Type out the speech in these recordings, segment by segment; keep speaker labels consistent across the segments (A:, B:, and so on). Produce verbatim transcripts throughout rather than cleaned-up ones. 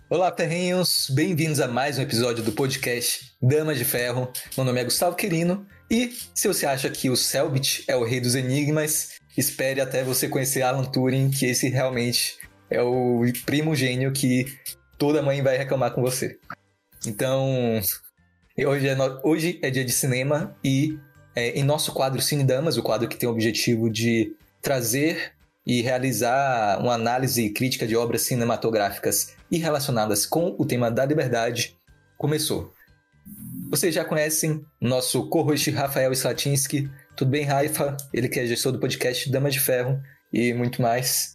A: Olá, terrinhos! Bem-vindos a mais um episódio do podcast Damas de Ferro. Meu nome é Gustavo Quirino e se você acha que o Selbit é o rei dos enigmas, espere até você conhecer Alan Turing, que esse realmente é o primo gênio que toda mãe vai reclamar com você. Então, hoje é, no... hoje é dia de cinema e é, em nosso quadro Cine Damas, o quadro que tem o objetivo de trazer e realizar uma análise crítica de obras cinematográficas e relacionadas com o tema da liberdade, começou. Vocês já conhecem nosso co-host Rafael Slatinsky. Tudo bem, Rafa? Ele que é gestor do podcast Damas de Ferro e muito mais.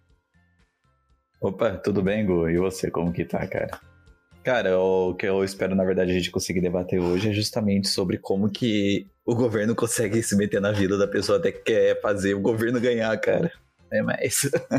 B: Opa, tudo bem, Gu? E você, como que tá, cara? Cara, o que eu espero, na verdade, a gente conseguir debater hoje é justamente sobre como que o governo consegue se meter na vida da pessoa até que quer fazer o governo ganhar, cara. É mais...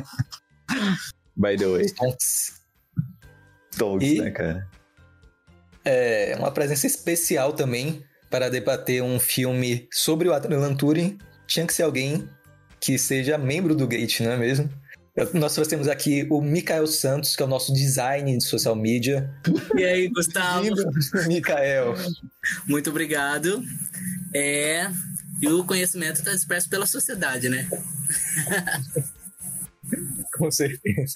B: By the way.
A: Stonks.
B: Stonks,
A: e,
B: né, cara?
A: É uma presença especial também para debater um filme sobre o Alan Turing. Tinha que ser alguém que seja membro do Gate, não é mesmo? Nós trouxemos aqui o Mikael Santos, que é o nosso design de social media.
C: E aí, Gustavo?
A: Mikael.
C: Muito obrigado. É... E o conhecimento está expresso pela sociedade, né?
A: Com certeza.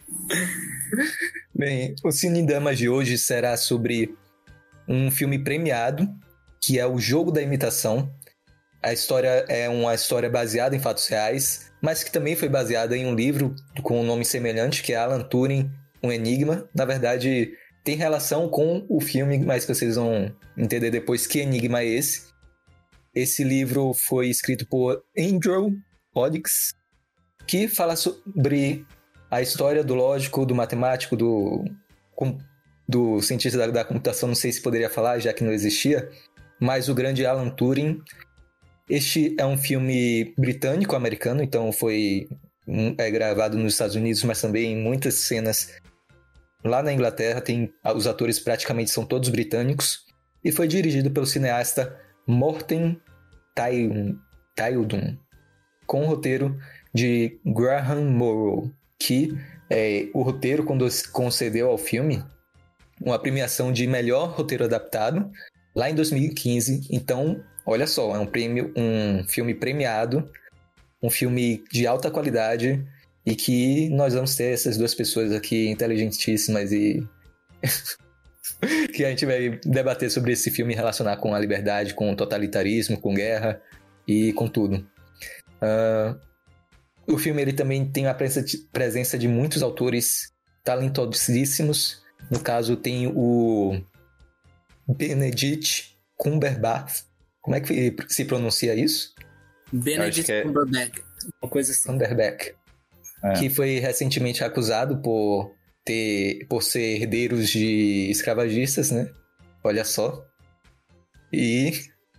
A: Bem, o Cine Damas de hoje será sobre um filme premiado, que é O Jogo da Imitação. A história é uma história baseada em fatos reais, mas que também foi baseada em um livro com um nome semelhante, que é Alan Turing, um Enigma. Na verdade, tem relação com o filme, mas que vocês vão entender depois que enigma é esse. Esse livro foi escrito por Andrew Oddix, que fala sobre a história do lógico, do matemático, do, do cientista da, da computação, não sei se poderia falar, já que não existia, mas o grande Alan Turing. Este é um filme britânico-americano, então foi é, gravado nos Estados Unidos, mas também em muitas cenas lá na Inglaterra. Tem, os atores praticamente são todos britânicos, e foi dirigido pelo cineasta Morten Tyldum, com o roteiro de Graham Morrow, que é, o roteiro concedeu ao filme uma premiação de melhor roteiro adaptado lá em dois mil e quinze. Então, olha só, é um prêmio, um filme premiado, um filme de alta qualidade, e que nós vamos ter essas duas pessoas aqui inteligentíssimas e que a gente vai debater sobre esse filme e relacionar com a liberdade, com o totalitarismo, com guerra e com tudo. Uh, o filme ele também tem a presença de muitos autores talentosíssimos. No caso, tem o Benedict Cumberbatch. Como é que se pronuncia isso?
C: Benedict é... Cumberbatch. Uma coisa assim.
A: Cumberbatch. É. Que foi recentemente acusado por, ter, por ser herdeiros de escravagistas, né? Olha só. E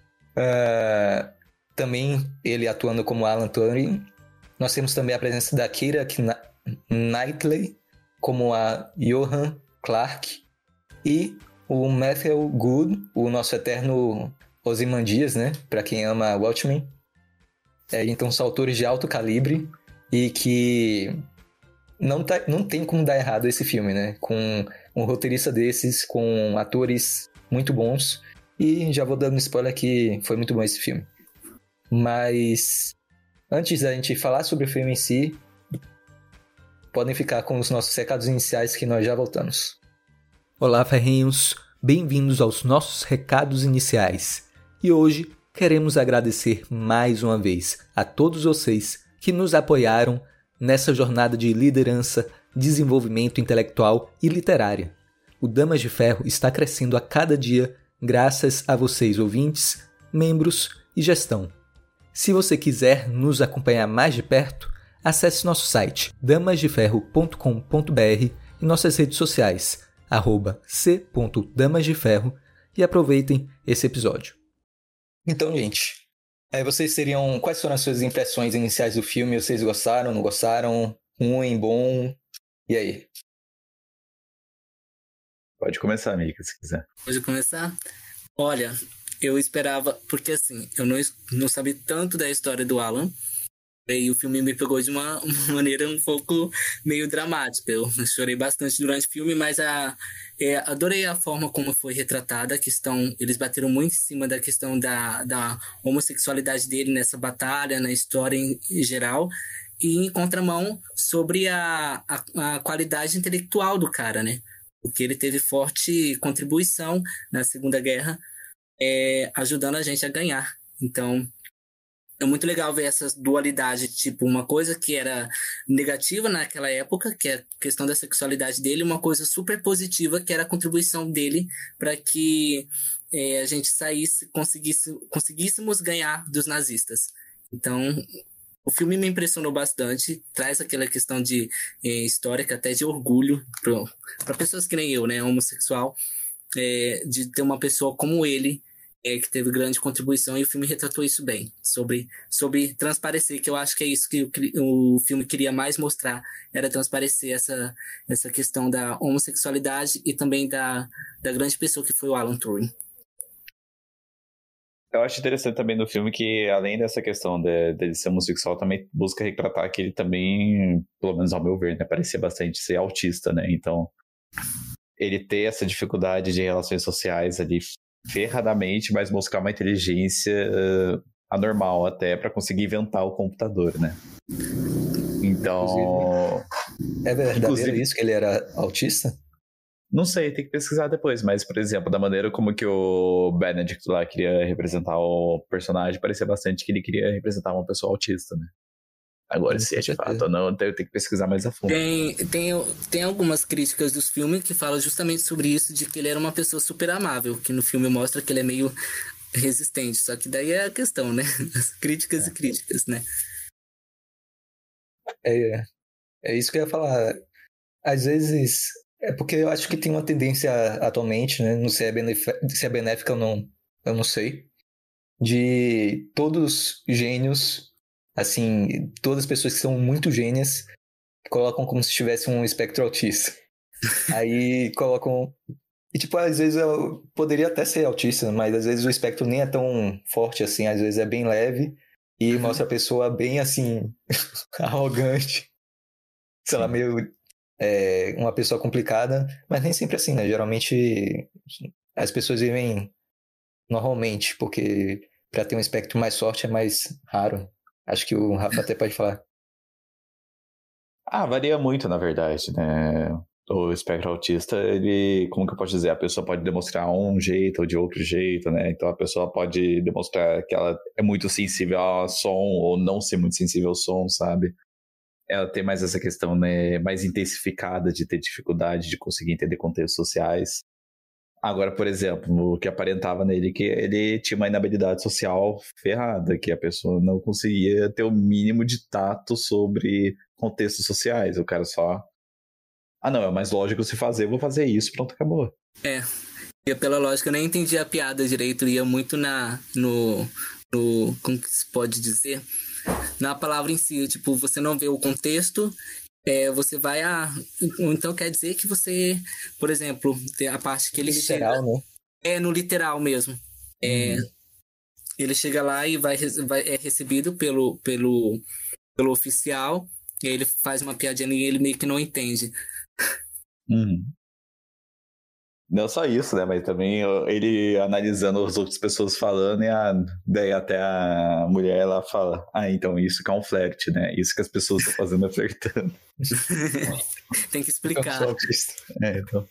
A: uh, também ele atuando como Alan Turing. Nós temos também a presença da Keira Knightley como a Johan Clark e o Matthew Good, o nosso eterno Ozymandias, né? Para quem ama Watchmen. É, então são autores de alto calibre e que não, tá, não tem como dar errado esse filme, né? Com um roteirista desses, com atores muito bons. E já vou dando spoiler que foi muito bom esse filme. Mas antes da gente falar sobre o filme em si, podem ficar com os nossos recados iniciais que nós já voltamos.
D: Olá, ferrinhos! Bem-vindos aos nossos recados iniciais. E hoje queremos agradecer mais uma vez a todos vocês que nos apoiaram nessa jornada de liderança, desenvolvimento intelectual e literária. O Damas de Ferro está crescendo a cada dia graças a vocês, ouvintes, membros e gestão. Se você quiser nos acompanhar mais de perto, acesse nosso site damas de ferro ponto com ponto b r e nossas redes sociais, arroba c ponto damas de ferro, e aproveitem esse episódio.
A: Então, gente, é, vocês teriam... Quais foram as suas impressões iniciais do filme? Vocês gostaram, não gostaram? Ruim, bom? E aí?
B: Pode começar, Mika, se quiser.
C: Pode começar? Olha, eu esperava... Porque, assim, eu não, não sabia tanto da história do Alan. E o filme me pegou de uma, uma maneira um pouco meio dramática. Eu chorei bastante durante o filme, mas a, é, adorei a forma como foi retratada a questão. Eles bateram muito em cima da questão da, da homossexualidade dele nessa batalha, na história em, em geral, e em contramão sobre a, a, a qualidade intelectual do cara, né? Porque ele teve forte contribuição na Segunda Guerra, é, ajudando a gente a ganhar. Então, é muito legal ver essa dualidade, tipo, uma coisa que era negativa naquela época, que é a questão da sexualidade dele, uma coisa super positiva, que era a contribuição dele para que é, a gente saísse, conseguisse, conseguíssemos ganhar dos nazistas. Então, o filme me impressionou bastante, traz aquela questão de é, histórica, até de orgulho para pessoas que nem eu, né, homossexual, é, de ter uma pessoa como ele, É, que teve grande contribuição, e o filme retratou isso bem, sobre, sobre transparecer, que eu acho que é isso que o, o filme queria mais mostrar, era transparecer essa, essa questão da homossexualidade e também da, da grande pessoa que foi o Alan Turing.
B: Eu acho interessante também no filme que, além dessa questão de, de ele ser homossexual, também busca retratar que ele também, pelo menos ao meu ver, né, parecia bastante ser autista, né, então ele ter essa dificuldade de relações sociais ali ferradamente, mas mostrar uma inteligência uh, anormal até para conseguir inventar o computador, né? Então...
A: É verdadeiro inclusive, isso, que ele era autista?
B: Não sei, tem que pesquisar depois, mas, por exemplo, da maneira como que o Benedict lá queria representar o personagem, parecia bastante que ele queria representar uma pessoa autista, né? Agora, se é de fato ou não, eu tenho que pesquisar mais a fundo.
C: Tem, tem, tem algumas críticas dos filmes que falam justamente sobre isso, de que ele era uma pessoa super amável, que no filme mostra que ele é meio resistente, só que daí é a questão, né? As críticas é. e críticas, né?
A: É, é isso que eu ia falar. Às vezes, é porque eu acho que tem uma tendência atualmente, né? Não sei se é benéfica, se é benéfica ou não, eu não sei, de todos gênios, assim, todas as pessoas que são muito gênias colocam como se tivesse um espectro autista. Aí colocam... E, tipo, às vezes eu poderia até ser autista, mas às vezes o espectro nem é tão forte assim, às vezes é bem leve e uhum. mostra a pessoa bem, assim, arrogante. Sei lá, meio... É, uma pessoa complicada, mas nem sempre assim, né? Geralmente as pessoas vivem normalmente, porque para ter um espectro mais forte é mais raro. Acho que o Rafa até pode falar.
B: Ah, varia muito, na verdade, né? O espectro autista, ele, como que eu posso dizer? A pessoa pode demonstrar um jeito ou de outro jeito, né? Então a pessoa pode demonstrar que ela é muito sensível ao som ou não ser muito sensível ao som, sabe? Ela tem mais essa questão, né, mais intensificada de ter dificuldade de conseguir entender contextos sociais. Agora, por exemplo, o que aparentava nele que ele tinha uma inabilidade social ferrada, que a pessoa não conseguia ter o mínimo de tato sobre contextos sociais. O cara só... Ah, não, é mais lógico se fazer, eu vou fazer isso, pronto, acabou.
C: É, e pela lógica eu nem entendi a piada direito, ia muito na, no, no, como que se pode dizer, na palavra em si, tipo, você não vê o contexto, é, você vai a... Então quer dizer que você, por exemplo, tem a parte que ele
A: literal,
C: chega...
A: né?
C: É, no literal mesmo. Uhum. É, ele chega lá e vai, vai, é recebido pelo, pelo, pelo oficial, e aí ele faz uma piadinha e ele meio que não entende.
B: Uhum. Não só isso, né? Mas também ele analisando as outras pessoas falando, e a, daí até a mulher ela fala: ah, então isso que é um flerte, né? Isso que as pessoas estão fazendo é flertando.
C: Tem que explicar.
B: É, então.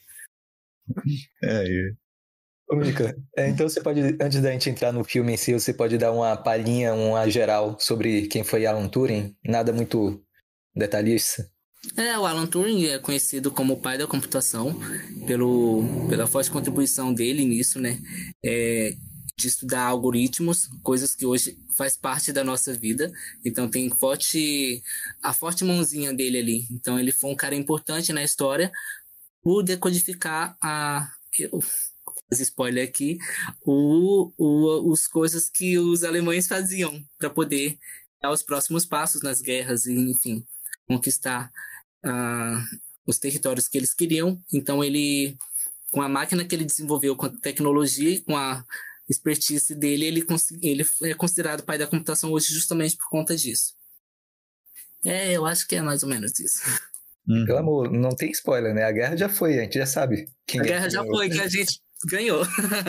B: É, é.
A: Ô, Mika, é, então você pode, antes da gente entrar no filme em si, você pode dar uma palhinha, uma geral sobre quem foi Alan Turing? Nada muito detalhista?
C: É, o Alan Turing é conhecido como o pai da computação pelo, pela forte contribuição dele nisso, né? É, de estudar algoritmos, coisas que hoje faz parte da nossa vida. Então tem forte, a forte mãozinha dele ali. Então ele foi um cara importante na história por decodificar a... Eu, spoiler aqui, o, o, os coisas que os alemães faziam para poder dar os próximos passos nas guerras e, enfim, conquistar uh, os territórios que eles queriam. Então ele, com a máquina que ele desenvolveu, com a tecnologia e com a expertise dele, ele, ele é considerado pai da computação hoje justamente por conta disso. É, eu acho que é mais ou menos isso.
B: Uhum.
A: Pelo amor, não tem spoiler, né? A guerra já foi, a gente já sabe. Quem
C: A
A: é
C: guerra
A: que
C: já
A: ganhou.
C: foi, que a gente ganhou.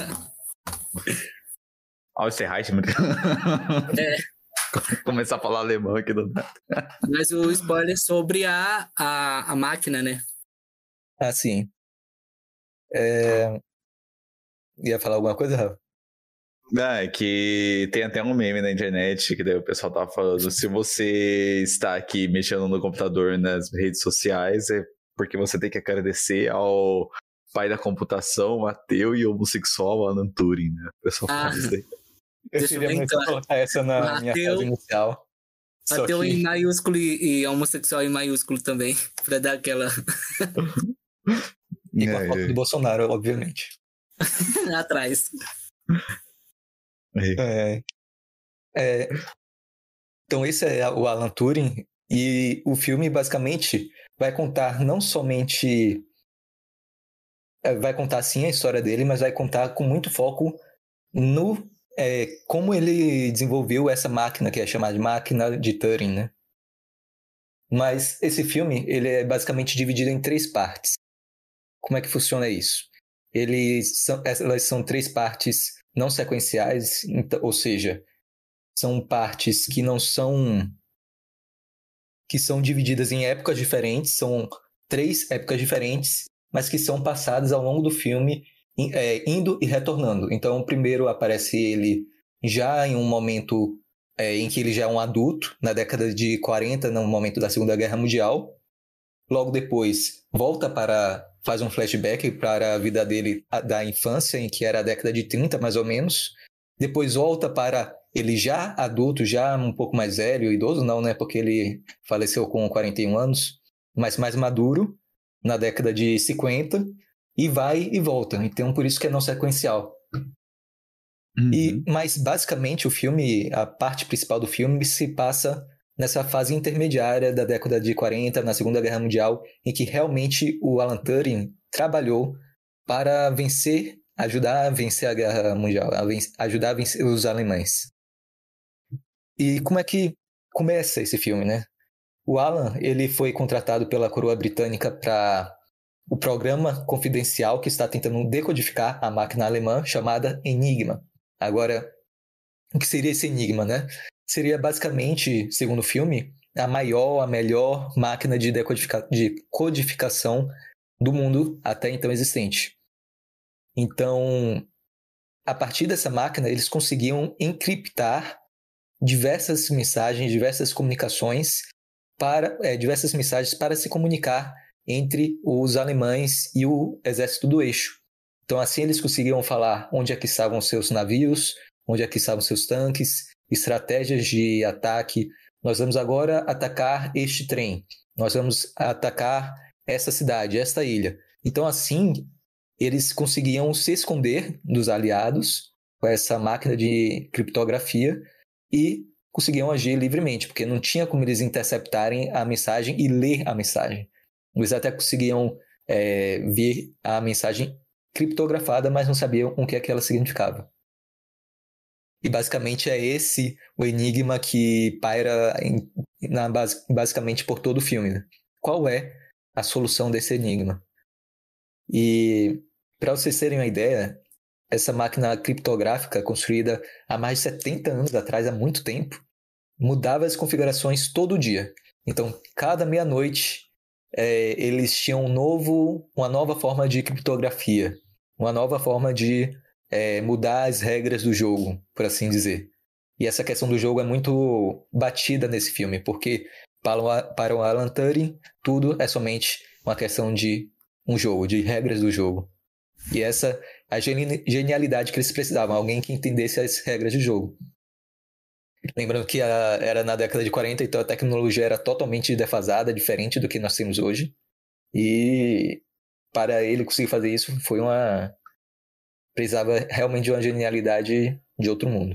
B: Olha esse Reichmann.
C: É.
B: Começar a falar alemão aqui do nada.
C: Mas o spoiler sobre a, a, a máquina, né?
A: Ah, sim. É... Ia falar alguma coisa, Rafa?
B: Ah, é que tem até um meme na internet que daí o pessoal tava falando, se você está aqui mexendo no computador nas redes sociais, é porque você tem que agradecer ao pai da computação, ateu e homossexual Alan Turing, né? O pessoal
C: Ah,
B: fala isso daí.
A: Eu
C: deixa eu
A: queria
C: bem
A: muito
C: claro.
A: colocar essa na
C: O
A: minha
C: ateu-
A: frase inicial. Só
C: Ateu
A: que...
C: em maiúsculo e, e homossexual em maiúsculo também, pra dar aquela
A: E com a
B: É,
A: foto do Bolsonaro, obviamente.
C: atrás.
B: é.
A: É... É... Então esse é o Alan Turing, e o filme basicamente vai contar não somente... é, vai contar sim a história dele, mas vai contar com muito foco no é, como ele desenvolveu essa máquina que é chamada de máquina de Turing, né? Mas esse filme ele é basicamente dividido em três partes. Como é que funciona isso? Eles são, elas são três partes não sequenciais, então, ou seja, são partes que não são que são divididas em épocas diferentes, são três épocas diferentes, mas que são passadas ao longo do filme, é, indo e retornando. Então, primeiro aparece ele já em um momento é, em que ele já é um adulto, na década de quarenta, no momento da Segunda Guerra Mundial. Logo depois, volta para... faz um flashback para a vida dele da infância, em que era a década de trinta, mais ou menos. Depois volta para ele já adulto, já um pouco mais velho, idoso não, né? Porque ele faleceu com quarenta e um anos, mas mais maduro, na década de cinquenta, e vai e volta. Então, por isso que é não sequencial.
B: Uhum.
A: E, mas, basicamente, o filme, a parte principal do filme se passa nessa fase intermediária da década de quarenta, na Segunda Guerra Mundial, em que realmente o Alan Turing trabalhou para vencer, ajudar a vencer a Guerra Mundial, a vencer, ajudar a vencer os alemães. E como é que começa esse filme, né? O Alan, ele foi contratado pela coroa britânica para o programa confidencial que está tentando decodificar a máquina alemã chamada Enigma. Agora, o que seria esse Enigma, né? Seria basicamente, segundo o filme, a maior, a melhor máquina de, decodifica... de codificação do mundo até então existente. Então, a partir dessa máquina, eles conseguiam encriptar diversas mensagens, diversas comunicações, para, é, diversas mensagens para se comunicar entre os alemães e o exército do eixo. Então, assim, eles conseguiam falar onde é que estavam seus navios, onde é que estavam seus tanques, estratégias de ataque. Nós vamos agora atacar este trem. Nós vamos atacar essa cidade, esta ilha. Então, assim, eles conseguiam se esconder dos aliados com essa máquina de criptografia e conseguiam agir livremente, porque não tinha como eles interceptarem a mensagem e ler a mensagem. Eles até conseguiam é, ver a mensagem criptografada, mas não sabiam o que é que ela significava. E basicamente é esse o enigma que paira em, na, basicamente por todo o filme. Né? Qual é a solução desse enigma? E para vocês terem uma ideia, essa máquina criptográfica construída há mais de setenta anos atrás, há muito tempo, mudava as configurações todo dia. Então, cada meia-noite, é, eles tinham um novo, uma nova forma de criptografia, uma nova forma de é, mudar as regras do jogo, por assim dizer. E essa questão do jogo é muito batida nesse filme, porque para o, para o Alan Turing, tudo é somente uma questão de um jogo, de regras do jogo. E essa é a genialidade que eles precisavam, alguém que entendesse as regras do jogo. Lembrando que a, era na década de quarenta, então a tecnologia era totalmente defasada, diferente do que nós temos hoje. E para ele conseguir fazer isso, foi uma... precisava realmente de uma genialidade de outro mundo.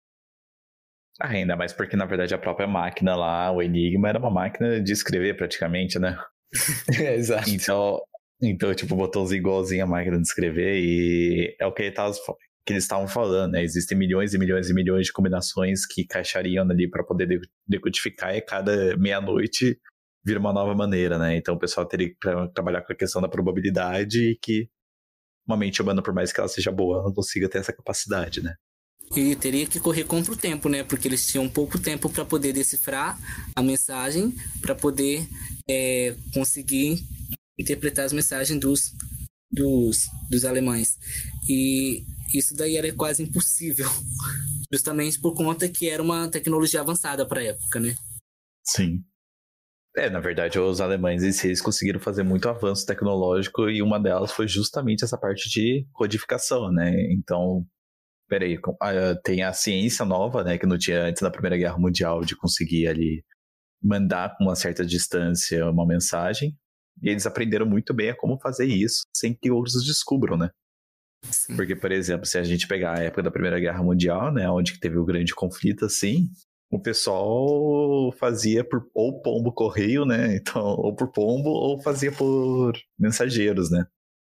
B: Ah, ainda mais porque, na verdade, a própria máquina lá, o Enigma, era uma máquina de escrever praticamente, né?
A: É, exato.
B: Então, então, tipo, botãozinho igualzinho a máquina de escrever e é o que ele tava, que eles estavam falando, né? Existem milhões e milhões e milhões de combinações que encaixariam ali para poder decodificar, e cada meia-noite vira uma nova maneira, né? Então o pessoal teria que trabalhar com a questão da probabilidade, e que uma mente humana, por mais que ela seja boa, não consiga ter essa capacidade, né?
C: E teria que correr contra o tempo, né? Porque eles tinham pouco tempo para poder decifrar a mensagem, para poder é, conseguir interpretar as mensagens dos, dos, dos alemães. E isso daí era quase impossível, justamente por conta que era uma tecnologia avançada para a época, né?
B: Sim. É, na verdade, os alemães em si, eles conseguiram fazer muito avanço tecnológico, e uma delas foi justamente essa parte de codificação, né? Então, peraí, tem a ciência nova, né, que não tinha antes da Primeira Guerra Mundial, de conseguir ali mandar com uma certa distância uma mensagem, e eles aprenderam muito bem a como fazer isso sem que outros descubram, né? Sim. Porque, por exemplo, se a gente pegar a época da Primeira Guerra Mundial, né, onde teve o grande conflito, assim, o pessoal fazia por ou pombo correio, né, então, ou por pombo, ou fazia por mensageiros, né?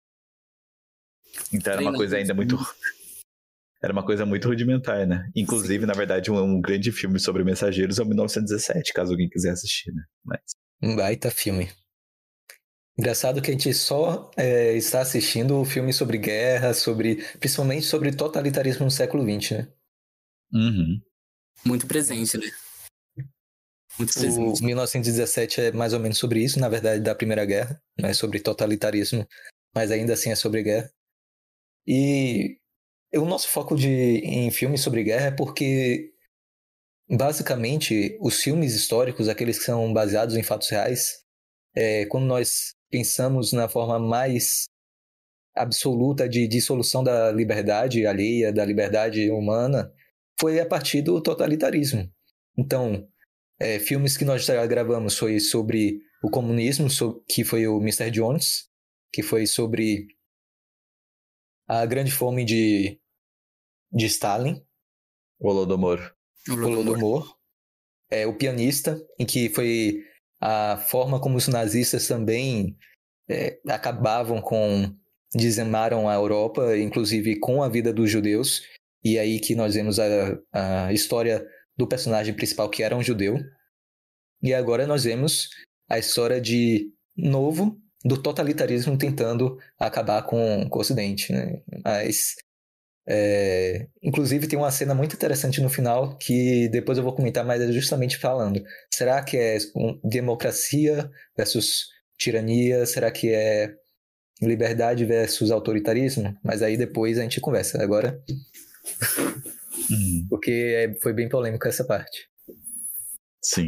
B: Então era uma coisa ainda muito... Era uma coisa muito rudimentar, né? Inclusive, Sim. na verdade, um, um grande filme sobre mensageiros é o mil novecentos e dezessete, caso alguém quiser assistir, né? Mas...
A: Um baita filme. Engraçado que a gente só é, está assistindo o filme sobre guerra, sobre, principalmente sobre totalitarismo no século vinte, né?
B: Uhum.
C: Muito presente, né? Muito presente.
A: O mil novecentos e dezessete é mais ou menos sobre isso, na verdade, da Primeira Guerra, não é sobre totalitarismo, mas ainda assim é sobre guerra. E o nosso foco de, em filmes sobre guerra é porque, basicamente, os filmes históricos, aqueles que são baseados em fatos reais, é, quando nós pensamos na forma mais absoluta de dissolução da liberdade alheia, da liberdade humana, foi a partir do totalitarismo. Então, é, filmes que nós já gravamos foi sobre o comunismo, so, que foi o mister Jones, que foi sobre a grande fome de, de Stalin,
B: o Holodomor.
A: O Holodomor. É, o Pianista, em que foi a forma como os nazistas também é, acabavam com, dizimaram a Europa, inclusive com a vida dos judeus, e aí que nós vemos a, a história do personagem principal, que era um judeu, e agora nós vemos a história de novo do totalitarismo tentando acabar com, com o Ocidente, né? Mas é, inclusive tem uma cena muito interessante no final que depois eu vou comentar, mas é justamente falando, será que é um, democracia versus tirania? Será que é liberdade versus autoritarismo? Mas aí depois a gente conversa agora.
B: Uhum.
A: Porque é, foi bem polêmico essa parte.
B: Sim.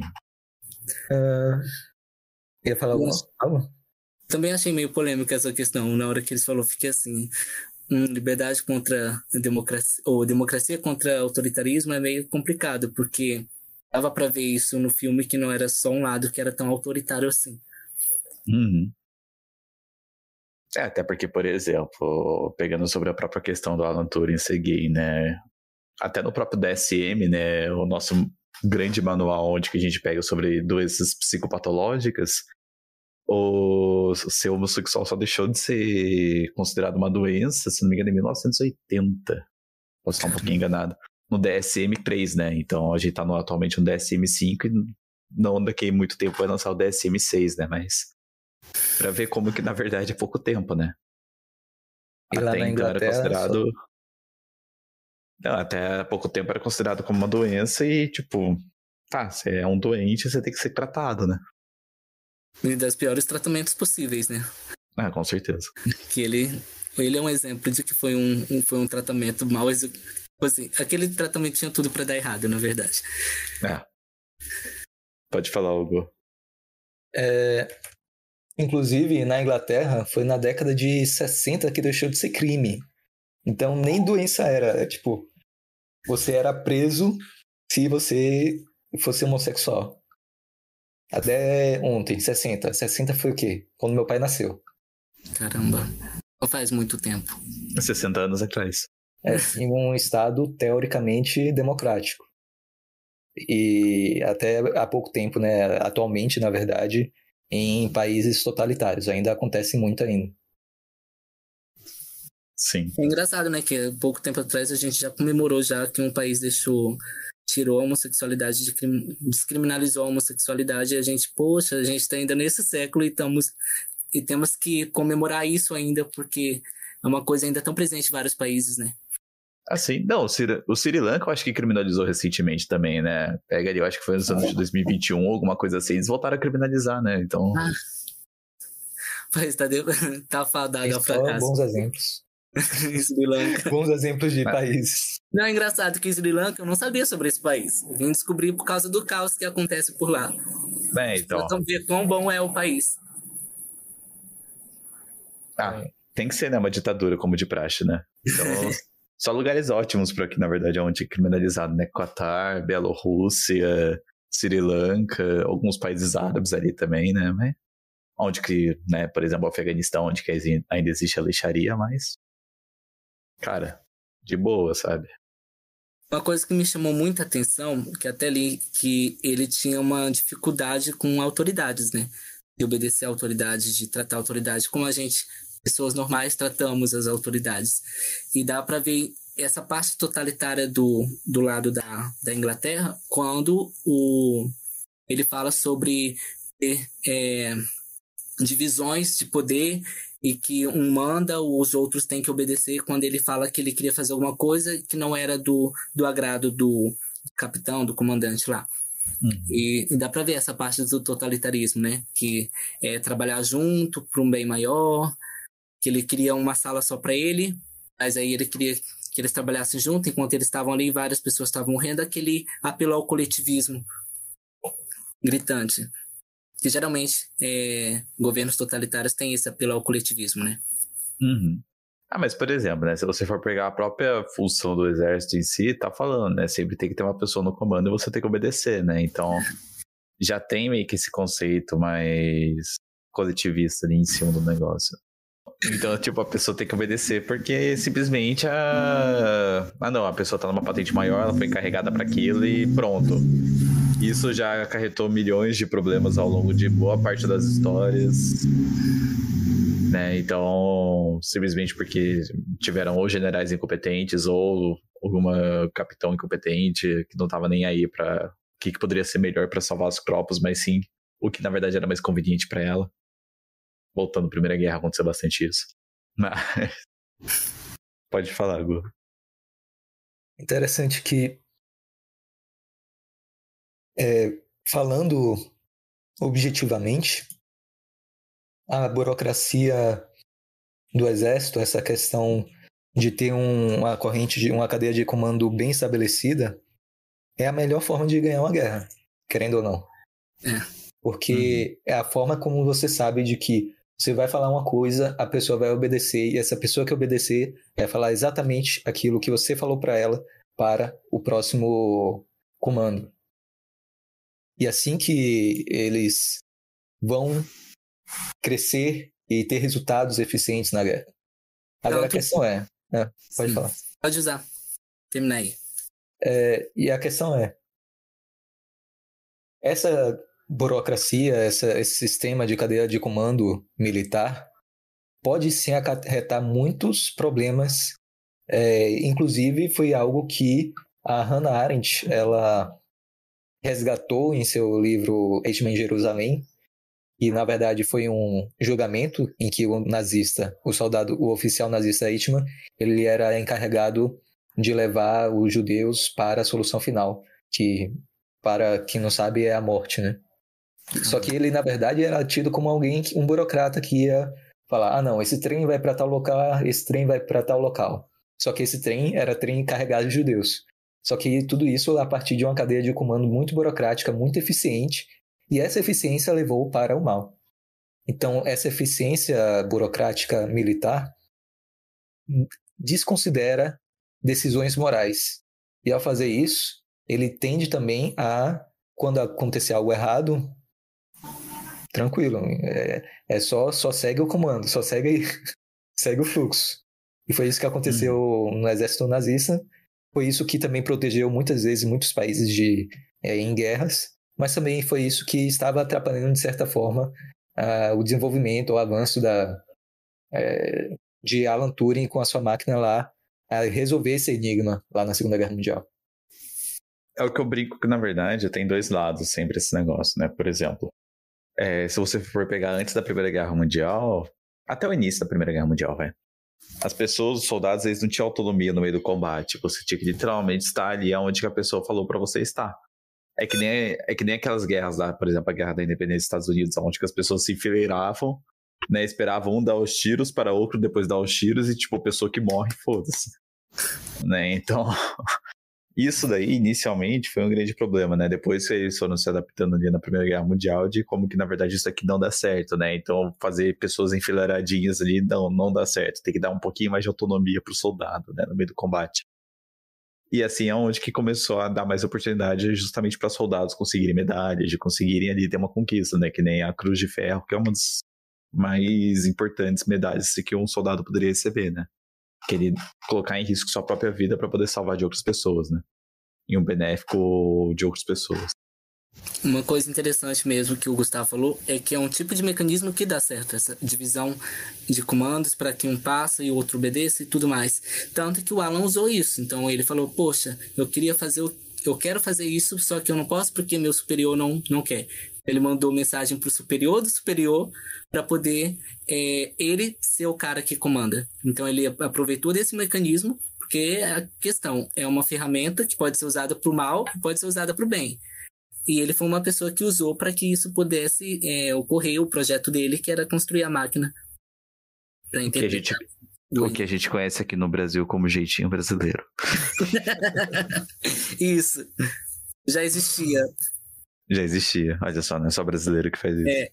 A: Uh, ia falar alguma coisa?
C: Também achei meio polêmica essa questão. Na hora que eles falaram, fiquei assim... Hum, liberdade contra democracia, ou democracia contra autoritarismo é meio complicado, porque dava pra ver isso no filme, que não era só um lado que era tão autoritário assim.
B: Uhum. É, até porque, por exemplo, pegando sobre a própria questão do Alan Turing ser gay, né? Até no próprio D S M, né? O nosso grande manual onde que a gente pega sobre doenças psicopatológicas, o ser homossexual só deixou de ser considerado uma doença, se não me engano, em mil novecentos e oitenta. Posso estar um pouquinho enganado. No D S M três, né? Então a gente tá no, atualmente no D S M cinco, e não daqui a muito tempo vai lançar o D S M seis, né? Mas pra ver como que na verdade é pouco tempo, né?
A: E
B: até
A: lá na
B: então era considerado...
A: Só...
B: Não, até há pouco tempo era considerado como uma doença e, tipo, tá, você é um doente, você tem que ser tratado, né?
C: E das piores tratamentos possíveis, né?
B: Ah, com certeza.
C: Que ele, ele é um exemplo de que foi um, um, foi um tratamento mal executado. Assim, aquele tratamento tinha tudo pra dar errado, na verdade.
B: É. Pode falar, Hugo.
A: É, inclusive, na Inglaterra, foi na década de sessenta que deixou de ser crime. Então, nem doença era. Tipo, você era preso se você fosse homossexual. Até ontem, sessenta. sessenta foi o quê? Quando meu pai nasceu.
C: Caramba. Não faz muito tempo.
B: sessenta anos atrás.
A: É, em um estado teoricamente democrático. E até há pouco tempo, né? Atualmente, na verdade, em países totalitários. Ainda acontece muito ainda.
B: Sim.
C: É engraçado, né, que pouco tempo atrás a gente já comemorou já que um país deixou, tirou a homossexualidade, de crim, descriminalizou a homossexualidade, e a gente, poxa, a gente tá ainda nesse século e, estamos, e temos que comemorar isso ainda, porque é uma coisa ainda tão presente em vários países, né?
B: Assim, não, o Sri, o Sri Lanka eu acho que criminalizou recentemente também, né? Pega ali, eu acho que foi nos anos de dois mil e vinte e um, alguma coisa assim, eles voltaram a criminalizar, né? Então...
C: Ah, pois tá, de... tá fadado ao fracasso.
A: Bons exemplos.
C: Sri Lanka.
A: Bons exemplos de
B: Mas...
A: países.
C: Não, é engraçado que Sri Lanka, eu não sabia sobre esse país. Eu vim descobrir por causa do caos que acontece por lá.
B: É, então...
C: Vamos ver quão bom é o país.
B: Ah, tem que ser, né? Uma ditadura como de praxe, né? Então... Só lugares ótimos para aqui, na verdade, onde é criminalizado, né? Qatar, Bielorrússia, Sri Lanka, alguns países árabes ali também, né? Mas onde que, né? Por exemplo, o Afeganistão, onde que ainda existe a lei Sharia, mas... Cara, de boa, sabe?
C: Uma coisa que me chamou muita atenção, que até li que ele tinha uma dificuldade com autoridades, né? De obedecer a autoridades, de tratar a autoridade como a gente... pessoas normais tratamos as autoridades. E dá para ver essa parte totalitária do, do lado da, da Inglaterra quando o, ele fala sobre é, divisões de poder e que um manda, os outros têm que obedecer, quando ele fala que ele queria fazer alguma coisa que não era do, do agrado do capitão, do comandante lá. Uhum. E, e dá para ver essa parte do totalitarismo, né? Que é trabalhar junto para um bem maior, que ele queria uma sala só para ele, mas aí ele queria que eles trabalhassem junto, enquanto eles estavam ali, várias pessoas estavam morrendo, aquele apelo ao coletivismo gritante. Que geralmente é, governos totalitários têm esse apelo ao coletivismo, né?
B: Uhum. Ah, mas por exemplo, né, se você for pegar a própria função do exército em si, tá falando, né, sempre tem que ter uma pessoa no comando e você tem que obedecer, né, então já tem meio que esse conceito mais coletivista ali em cima do negócio. Então, tipo, a pessoa tem que obedecer porque simplesmente a... Ah, não, a pessoa tá numa patente maior, ela foi encarregada para aquilo e pronto. Isso já acarretou milhões de problemas ao longo de boa parte das histórias, né? Então, simplesmente porque tiveram ou generais incompetentes ou alguma capitão incompetente que não tava nem aí para o que, que poderia ser melhor para salvar os corpos, mas sim o que na verdade era mais conveniente para ela. Voltando à Primeira Guerra, aconteceu bastante isso. Mas... Pode falar, Gu.
A: Interessante que, é, falando objetivamente, a burocracia do Exército, essa questão de ter um, uma corrente, de, uma cadeia de comando bem estabelecida, é a melhor forma de ganhar uma guerra, querendo ou não.
C: É.
A: Porque uhum. é a forma como você sabe de que você vai falar uma coisa, a pessoa vai obedecer, e essa pessoa que obedecer vai falar exatamente aquilo que você falou para ela para o próximo comando. E assim que eles vão crescer e ter resultados eficientes na guerra. Agora não, a questão tô... é... é pode Sim. falar.
C: Pode usar. Termina aí.
A: É, e a questão é... Essa... burocracia, essa, esse sistema de cadeia de comando militar pode sim acarretar muitos problemas. É, inclusive, foi algo que a Hannah Arendt ela resgatou em seu livro Eichmann em Jerusalém, e na verdade foi um julgamento em que o nazista, o soldado, o oficial nazista Eichmann, ele era encarregado de levar os judeus para a solução final, que, para quem não sabe, é a morte, né? Só que ele, na verdade, era tido como alguém, um burocrata que ia falar, ah, não, esse trem vai para tal local, esse trem vai para tal local. Só que esse trem era trem carregado de judeus. Só que tudo isso a partir de uma cadeia de comando muito burocrática, muito eficiente, e essa eficiência levou para o mal. Então, essa eficiência burocrática militar desconsidera decisões morais. E ao fazer isso, ele tende também a, quando acontecer algo errado, tranquilo, é, é só, só segue o comando, só segue, segue o fluxo. E foi isso que aconteceu uhum. no exército nazista. Foi isso que também protegeu muitas vezes muitos países de, é, em guerras, mas também foi isso que estava atrapalhando, de certa forma, uh, o desenvolvimento, o avanço da, é, de Alan Turing com a sua máquina lá a resolver esse enigma lá na Segunda Guerra Mundial.
B: É o que eu brinco que, na verdade, tem dois lados sempre esse negócio, né? Por exemplo, é, se você for pegar antes da Primeira Guerra Mundial, até o início da Primeira Guerra Mundial, velho, as pessoas, os soldados, eles não tinham autonomia no meio do combate. Você tinha que literalmente estar ali onde que a pessoa falou pra você estar. É que nem, é que nem aquelas guerras lá, por exemplo, a Guerra da Independência dos Estados Unidos, onde que as pessoas se enfileiravam, né, esperavam um dar os tiros para outro depois dar os tiros e, tipo, a pessoa que morre, foda-se. Né, então... Isso daí, inicialmente, foi um grande problema, né? Depois que eles foram se adaptando ali na Primeira Guerra Mundial, de como que, na verdade, isso aqui não dá certo, né? Então, fazer pessoas enfileiradinhas ali não, não dá certo. Tem que dar um pouquinho mais de autonomia pro soldado, né? No meio do combate. E assim é onde que começou a dar mais oportunidade justamente para soldados conseguirem medalhas, de conseguirem ali ter uma conquista, né? Que nem a Cruz de Ferro, que é uma das mais importantes medalhas que um soldado poderia receber, né? Que ele colocar em risco sua própria vida para poder salvar de outras pessoas, né? E um benéfico de outras pessoas.
C: Uma coisa interessante mesmo que o Gustavo falou é que é um tipo de mecanismo que dá certo, essa divisão de comandos para que um passa e o outro obedeça e tudo mais. Tanto que o Alan usou isso. Então ele falou, poxa, eu queria fazer, o... eu quero fazer isso, só que eu não posso porque meu superior não, não quer. Ele mandou mensagem pro superior do superior para poder é, ele ser o cara que comanda. Então ele aproveitou desse mecanismo, porque a questão é uma ferramenta que pode ser usada para o mal e pode ser usada para o bem. E ele foi uma pessoa que usou para que isso pudesse é, ocorrer, o projeto dele, que era construir a máquina.
B: O que, a gente, o que a gente conhece aqui no Brasil como jeitinho brasileiro.
C: Isso. Já existia.
B: Já existia. Olha só, não é só brasileiro que faz isso. É.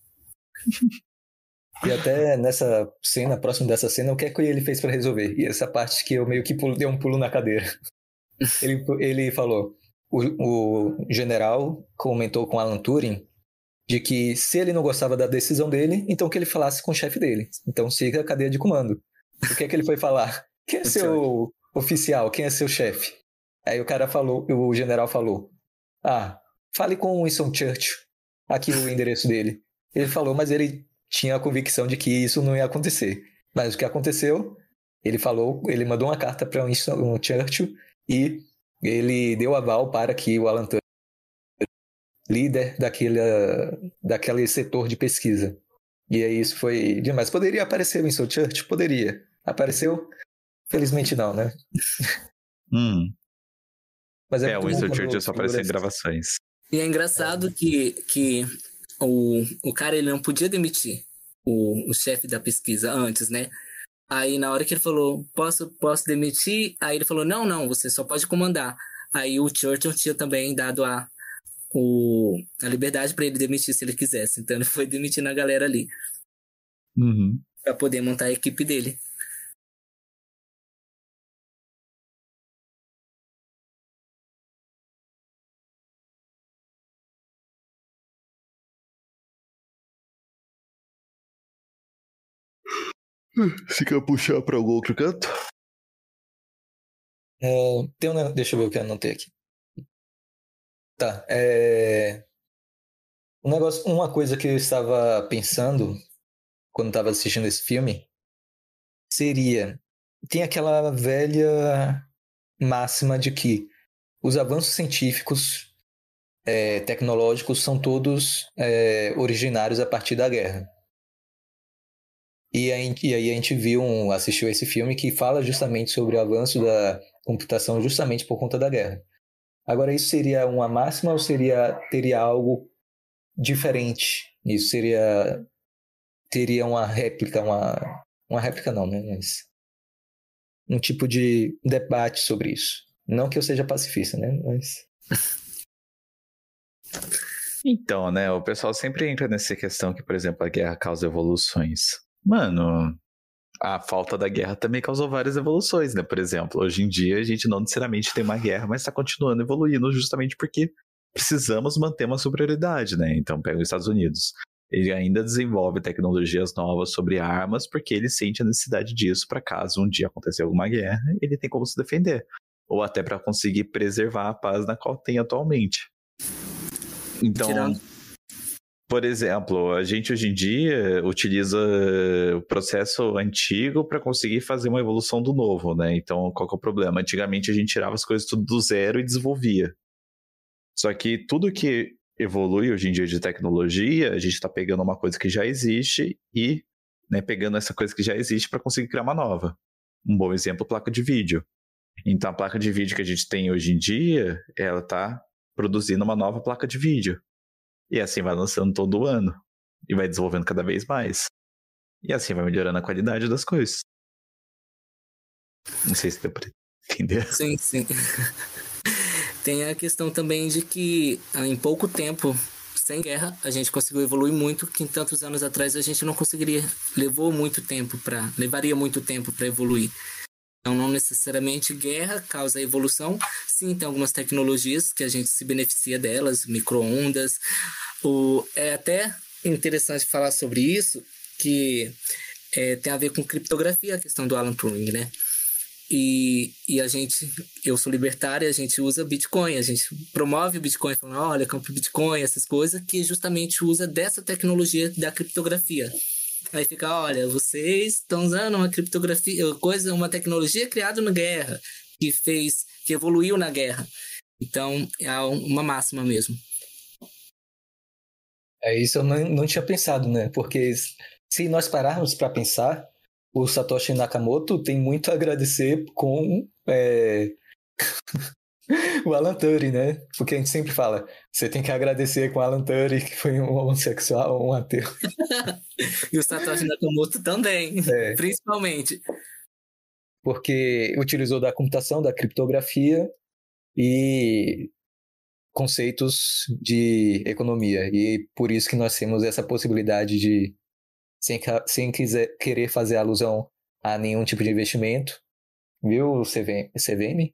A: E até nessa cena, próximo dessa cena, o que é que ele fez para resolver? E essa parte que eu meio que pulo, dei um pulo na cadeira. ele, ele falou, o, o general comentou com Alan Turing de que se ele não gostava da decisão dele, então que ele falasse com o chefe dele. Então siga a cadeia de comando. O que é que ele foi falar? Quem é seu oficial? Quem é seu chefe? Aí o cara falou, o general falou, ah, fale com o Winston Churchill. Aqui o endereço dele. Ele falou, mas ele tinha a convicção de que isso não ia acontecer. Mas o que aconteceu? Ele falou, ele mandou uma carta para o Winston Churchill e ele deu aval para que o Alan Turing, líder daquele, daquele setor de pesquisa. E aí isso foi demais. Poderia aparecer o Winston Churchill? Poderia. Apareceu? Felizmente não, né?
B: Hum.
A: Mas é,
B: é o Winston Churchill só apareceu em gravações.
C: E é engraçado é. que, que o, o cara ele não podia demitir o, o chefe da pesquisa antes, né? Aí na hora que ele falou, posso, posso demitir? Aí ele falou, não, não, você só pode comandar. Aí o Churchill tinha também dado a, o, a liberdade para ele demitir se ele quisesse. Então ele foi demitindo a galera ali.
B: Uhum.
C: Para poder montar a equipe dele.
B: Você quer puxar para algum outro canto?
A: É, tem um, deixa eu ver o que eu anotei aqui. Tá. É, um negócio, uma coisa que eu estava pensando quando estava assistindo esse filme seria... Tem aquela velha máxima de que os avanços científicos é, tecnológicos são todos é, originários a partir da guerra. E aí, e aí a gente viu, um, assistiu esse filme que fala justamente sobre o avanço da computação justamente por conta da guerra. Agora, isso seria uma máxima ou seria, teria algo diferente? Isso seria... Teria uma réplica, uma... Uma réplica não, né? Mas um tipo de debate sobre isso. Não que eu seja pacifista, né? Mas...
B: Então, né? O pessoal sempre entra nessa questão que, por exemplo, a guerra causa evoluções. Mano, a falta da guerra também causou várias evoluções, né? Por exemplo, hoje em dia a gente não necessariamente tem uma guerra, mas está continuando evoluindo justamente porque precisamos manter uma superioridade, né? Então, pega os Estados Unidos. Ele ainda desenvolve tecnologias novas sobre armas porque ele sente a necessidade disso para caso um dia acontecer alguma guerra, ele tem como se defender. Ou até para conseguir preservar a paz na qual tem atualmente. Então...
C: Tirando...
B: por exemplo, a gente hoje em dia utiliza o processo antigo para conseguir fazer uma evolução do novo, né? Então, qual que é o problema? Antigamente a gente tirava as coisas tudo do zero e desenvolvia. Só que tudo que evolui hoje em dia de tecnologia, a gente está pegando uma coisa que já existe e, né, pegando essa coisa que já existe para conseguir criar uma nova. Um bom exemplo, placa de vídeo. Então, a placa de vídeo que a gente tem hoje em dia, ela está produzindo uma nova placa de vídeo. E assim vai lançando todo ano. E vai desenvolvendo cada vez mais. E assim vai melhorando a qualidade das coisas. Não sei se deu pra entender.
C: Sim, sim. Tem a questão também de que em pouco tempo, sem guerra, a gente conseguiu evoluir muito, que em tantos anos atrás a gente não conseguiria, levou muito tempo para, levaria muito tempo para evoluir. Então, não necessariamente guerra causa evolução. Sim, tem algumas tecnologias que a gente se beneficia delas, micro-ondas. O, é até interessante falar sobre isso, que é, tem a ver com criptografia, a questão do Alan Turing, né? E, e a gente, eu sou libertário, a gente usa Bitcoin, a gente promove o Bitcoin, falando, olha, compre Bitcoin, essas coisas, que justamente usa dessa tecnologia da criptografia. Aí fica, olha, vocês estão usando uma criptografia, coisa, uma tecnologia criada na guerra, que fez, que evoluiu na guerra. Então, é uma máxima mesmo.
A: É isso, eu não, não tinha pensado, né? Porque se nós pararmos para pensar, o Satoshi Nakamoto tem muito a agradecer com é... o Alan Turing, né? Porque a gente sempre fala, você tem que agradecer com o Alan Turing, que foi um homossexual, um ateu.
C: E o Satoshi Nakamoto também, é. Principalmente.
A: Porque utilizou da computação, da criptografia e conceitos de economia. E por isso que nós temos essa possibilidade de, sem, sem quiser, querer fazer alusão a nenhum tipo de investimento, viu, C V M?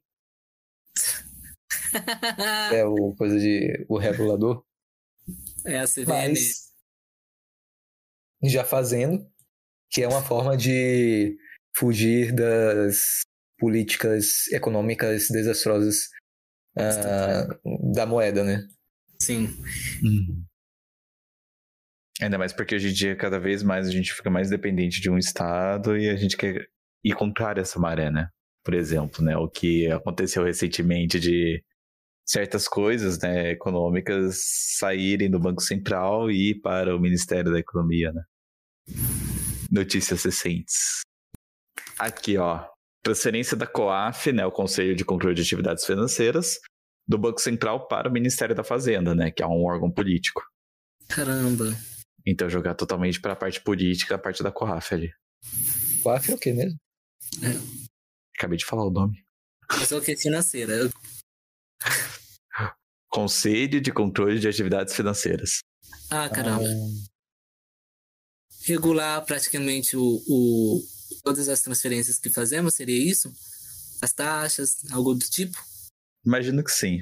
A: É o coisa de o regulador.
C: É a C V M.
A: Mas já fazendo, que é uma forma de fugir das políticas econômicas desastrosas uh, da moeda, né?
C: Sim.
B: Hum. Ainda mais porque hoje em dia, cada vez mais, a gente fica mais dependente de um estado e a gente quer ir contra essa maré, né? Por exemplo, né? O que aconteceu recentemente de certas coisas, né, econômicas saírem do Banco Central e ir para o Ministério da Economia, né? Notícias recentes. Aqui, ó. Transferência da COAF, né, o Conselho de Controle de Atividades Financeiras, do Banco Central para o Ministério da Fazenda, né, que é um órgão político.
C: Caramba.
B: Então jogar totalmente para a parte política, a parte da COAF ali.
A: COAF é o quê mesmo?
C: É.
B: Acabei de falar o nome.
C: É só que é financeira.
B: Conselho de Controle de Atividades Financeiras.
C: Ah, caramba. Ah. Regular praticamente o, o, todas as transferências que fazemos, seria isso? As taxas, algo do tipo?
B: Imagino que sim.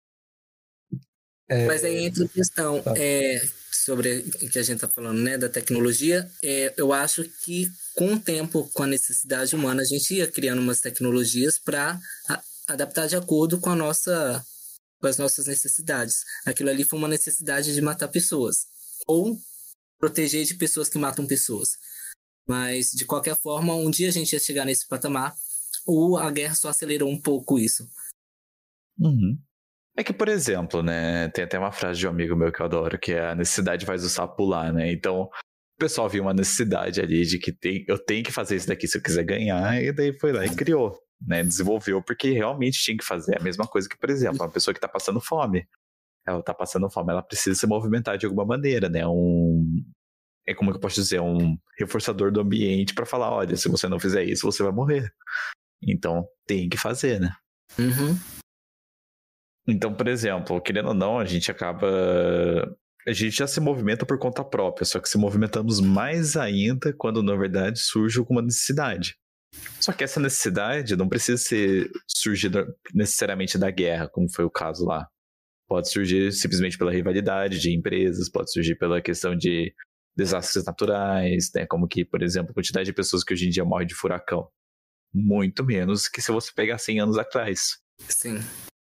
C: É... Mas aí entra a questão é, sobre o que a gente está falando, né, da tecnologia. É, eu acho que com o tempo, com a necessidade humana, a gente ia criando umas tecnologias para adaptar de acordo com a nossa... com as nossas necessidades. Aquilo ali foi uma necessidade de matar pessoas. Ou proteger de pessoas que matam pessoas. Mas, de qualquer forma, um dia a gente ia chegar nesse patamar, ou a guerra só acelerou um pouco isso.
B: Uhum. É que, por exemplo, né, tem até uma frase de um amigo meu que eu adoro, que é a necessidade faz o sapo pular, né? Então, o pessoal viu uma necessidade ali de que tem, eu tenho que fazer isso daqui se eu quiser ganhar, e daí foi lá e criou. Né, desenvolveu porque realmente tinha que fazer a mesma coisa que, por exemplo, uma pessoa que está passando fome. Ela está passando fome, ela precisa se movimentar de alguma maneira, né? Um, é como que eu posso dizer, um reforçador do ambiente para falar, olha, se você não fizer isso, você vai morrer. Então, tem que fazer, né?
C: Uhum.
B: Então, por exemplo, querendo ou não, a gente acaba... A gente já se movimenta por conta própria, só que se movimentamos mais ainda quando, na verdade, surge alguma necessidade. Só que essa necessidade não precisa ser surgir necessariamente da guerra, como foi o caso lá. Pode surgir simplesmente pela rivalidade de empresas, pode surgir pela questão de desastres naturais, né? Como que, por exemplo, a quantidade de pessoas que hoje em dia morrem de furacão. Muito menos que se você pegar cem anos atrás.
C: Sim.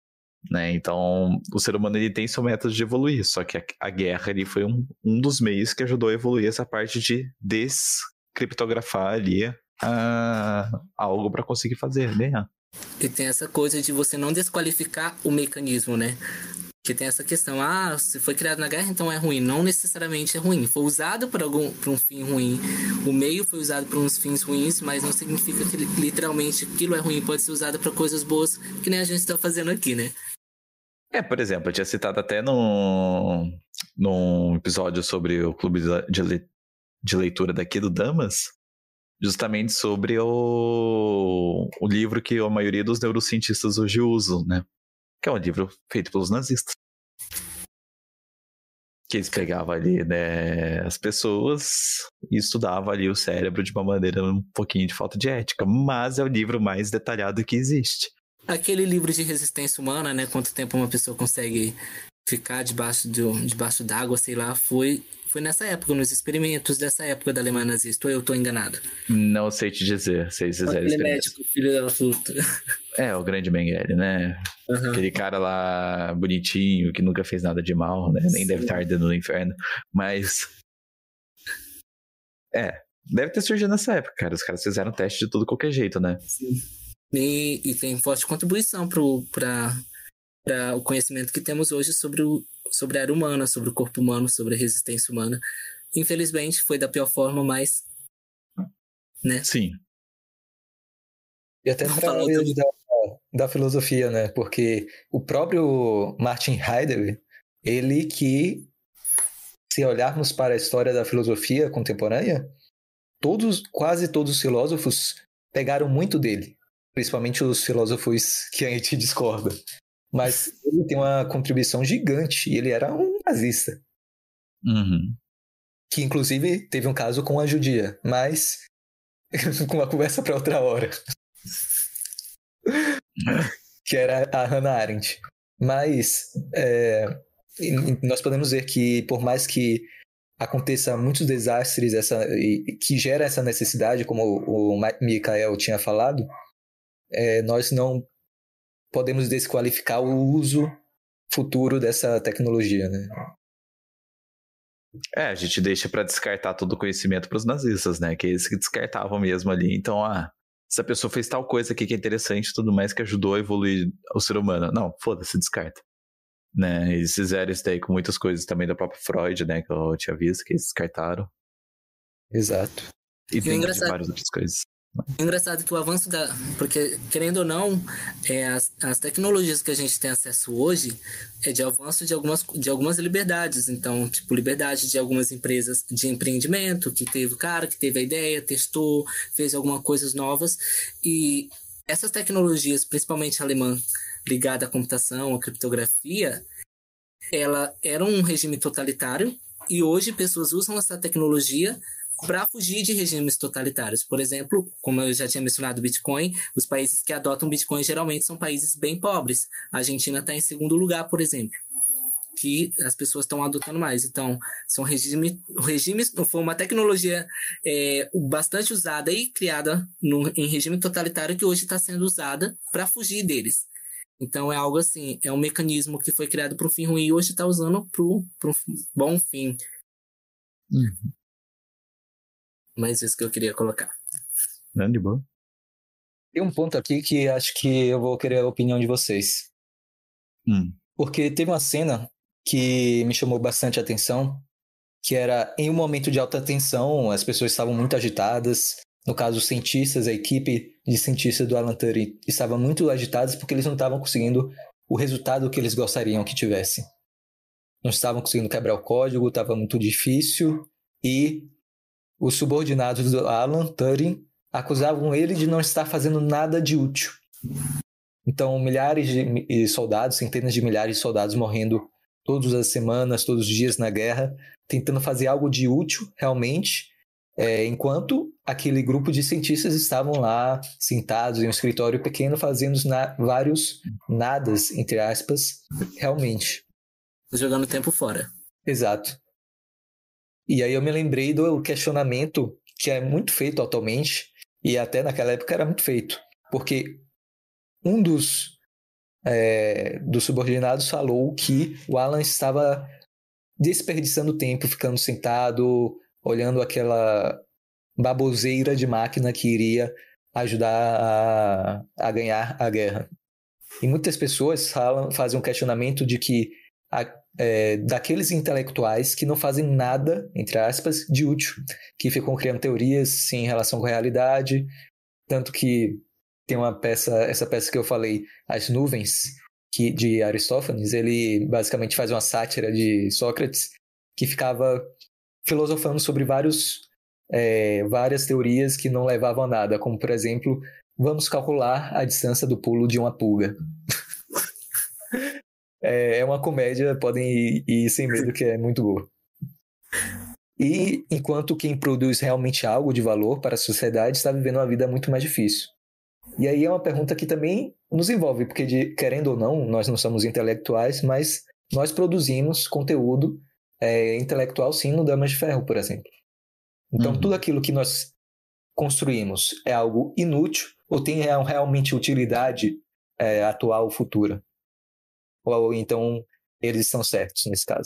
B: né? Então, o ser humano ele tem seu método de evoluir, só que a, a guerra ali foi um, um dos meios que ajudou a evoluir essa parte de descriptografar ali a, algo para conseguir fazer, ganhar.
C: E tem essa coisa de você não desqualificar o mecanismo, né? Que tem essa questão, ah, se foi criado na guerra, então é ruim. Não necessariamente é ruim. Foi usado para algum para um fim ruim. O meio foi usado para uns fins ruins, mas não significa que literalmente aquilo é ruim. Pode ser usado para coisas boas, que nem a gente está fazendo aqui, né?
B: É, por exemplo, eu tinha citado até num, num episódio sobre o clube de, le, de leitura daqui do Damas, justamente sobre o, o livro que a maioria dos neurocientistas hoje usam, né? Que é um livro feito pelos nazistas. Que eles pegavam ali, né, as pessoas e estudavam ali o cérebro de uma maneira um pouquinho de falta de ética. Mas é o livro mais detalhado que existe.
C: Aquele livro de resistência humana, né? Quanto tempo uma pessoa consegue ficar debaixo, de, debaixo d'água, sei lá, foi, foi nessa época, nos experimentos dessa época da Alemanha nazista, ou eu tô enganado?
B: Não sei te dizer, se eles fizeram
C: Aquele médico, filho da puta.
B: É, o grande Mengele, né? Uhum. Aquele cara lá bonitinho, que nunca fez nada de mal, né? Nem Sim. deve estar ardendo no inferno. Mas... É, deve ter surgido nessa época, cara. Os caras fizeram teste de tudo qualquer jeito, né?
C: Sim. E, e tem forte contribuição para o conhecimento que temos hoje sobre, o, sobre a área humana, sobre o corpo humano, sobre a resistência humana. Infelizmente, foi da pior forma, mas... né?
B: Sim.
A: E até para de... da, da filosofia, né? Porque o próprio Martin Heidegger, ele que, se olharmos para a história da filosofia contemporânea, todos, quase todos os filósofos pegaram muito dele. Principalmente os filósofos que a gente discorda. Mas ele tem uma contribuição gigante. E ele era um nazista.
B: Uhum.
A: Que, inclusive, teve um caso com a judia. Mas, com uma conversa para outra hora. Que era a Hannah Arendt. Mas, é, nós podemos ver que, por mais que aconteça muitos desastres essa, e, que gera essa necessidade, como o, o Michael tinha falado, É, nós não podemos desqualificar o uso futuro dessa tecnologia, né?
B: É, a gente deixa para descartar todo o conhecimento para os nazistas, né? Que eles que descartavam mesmo ali. Então, ah, essa pessoa fez tal coisa aqui que é interessante e tudo mais, que ajudou a evoluir o ser humano. Não, foda-se, descarta. Né? Eles fizeram isso daí com muitas coisas também do próprio Freud, né? Que eu tinha visto, que eles descartaram.
A: Exato.
B: E, e tem de várias outras coisas.
C: É engraçado que o avanço da... Porque, querendo ou não, é, as, as tecnologias que a gente tem acesso hoje é de avanço de algumas, de algumas liberdades. Então, tipo, liberdade de algumas empresas de empreendimento, que teve o cara que teve a ideia, testou, fez algumas coisas novas. E essas tecnologias, principalmente a alemã, ligada à computação, à criptografia, ela era um regime totalitário e hoje pessoas usam essa tecnologia para fugir de regimes totalitários. Por exemplo, como eu já tinha mencionado o Bitcoin, os países que adotam Bitcoin geralmente são países bem pobres. A Argentina está em segundo lugar, por exemplo, que as pessoas estão adotando mais. Então, são regime, regimes, foi uma tecnologia é, bastante usada e criada no, em regime totalitário que hoje está sendo usada para fugir deles. Então, é algo assim, é um mecanismo que foi criado para um fim ruim e hoje está usando para um bom fim.
B: Uhum.
C: Mas isso que eu queria colocar.
B: Não, de boa.
A: Tem um ponto aqui que acho que eu vou querer a opinião de vocês.
B: Hum.
A: Porque teve uma cena que me chamou bastante a atenção, que era em um momento de alta tensão, as pessoas estavam muito agitadas. No caso, os cientistas, a equipe de cientistas do Alan Turing estavam muito agitados porque eles não estavam conseguindo o resultado que eles gostariam que tivesse. Não estavam conseguindo quebrar o código, estava muito difícil e os subordinados do Alan Turing acusavam ele de não estar fazendo nada de útil. Então, milhares de soldados, centenas de milhares de soldados morrendo todas as semanas, todos os dias na guerra, tentando fazer algo de útil, realmente, é, enquanto aquele grupo de cientistas estavam lá, sentados em um escritório pequeno, fazendo na- vários nadas, entre aspas, realmente.
C: Jogando tempo fora.
A: Exato. E aí eu me lembrei do questionamento que é muito feito atualmente, e até naquela época era muito feito, porque um dos, é, dos subordinados falou que o Alan estava desperdiçando tempo, ficando sentado, olhando aquela baboseira de máquina que iria ajudar a, a ganhar a guerra. E muitas pessoas falam, fazem um questionamento de que a, é, daqueles intelectuais que não fazem nada, entre aspas, de útil, que ficam criando teorias sem relação com a realidade, tanto que tem uma peça, essa peça que eu falei, As Nuvens, que, de Aristófanes, ele basicamente faz uma sátira de Sócrates, que ficava filosofando sobre vários, é, várias teorias que não levavam a nada, como, por exemplo, vamos calcular a distância do pulo de uma pulga. É uma comédia, podem ir, ir sem medo, que é muito boa. E enquanto quem produz realmente algo de valor para a sociedade está vivendo uma vida muito mais difícil. E aí é uma pergunta que também nos envolve, porque de, querendo ou não, nós não somos intelectuais, mas nós produzimos conteúdo é, intelectual sim no Damas de Ferro, por exemplo. Então uhum. tudo aquilo que nós construímos é algo inútil ou tem realmente utilidade é, atual ou futura? Ou então eles estão certos nesse caso?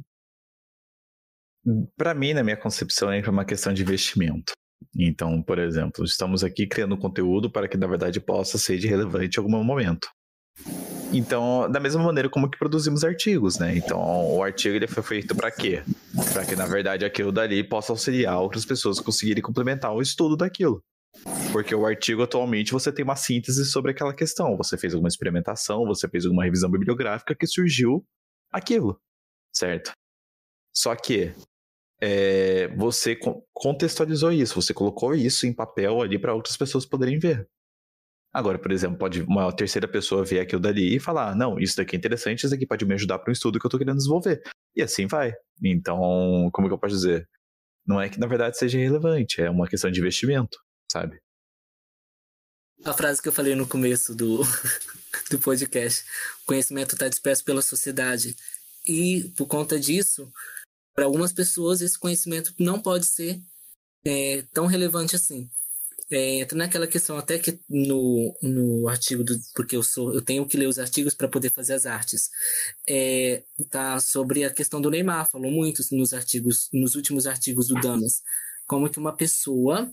B: Para mim, na minha concepção, é uma questão de investimento. Então, por exemplo, estamos aqui criando conteúdo para que, na verdade, possa ser de relevante em algum momento. Então, da mesma maneira como que produzimos artigos, né? Então, o artigo ele foi feito para quê? Para que, na verdade, aquilo dali possa auxiliar outras pessoas a conseguirem complementar o estudo daquilo. Porque o artigo, atualmente, você tem uma síntese sobre aquela questão. Você fez alguma experimentação, você fez alguma revisão bibliográfica que surgiu aquilo, certo? Só que é, você contextualizou isso, você colocou isso em papel ali para outras pessoas poderem ver. Agora, por exemplo, pode uma terceira pessoa ver aquilo dali e falar, não, isso daqui é interessante, isso daqui pode me ajudar para um estudo que eu estou querendo desenvolver. E assim vai. Então, como que eu posso dizer? Não é que, na verdade, seja irrelevante, é uma questão de investimento, sabe?
C: A frase que eu falei no começo do, do podcast, o conhecimento está disperso pela sociedade. E, por conta disso, para algumas pessoas, esse conhecimento não pode ser é, tão relevante assim. É, entra naquela questão até que no, no artigo, do, porque eu, sou, eu tenho que ler os artigos para poder fazer as artes, é, tá sobre a questão do Neymar, falou muito nos artigos, nos últimos artigos do Damas, como que uma pessoa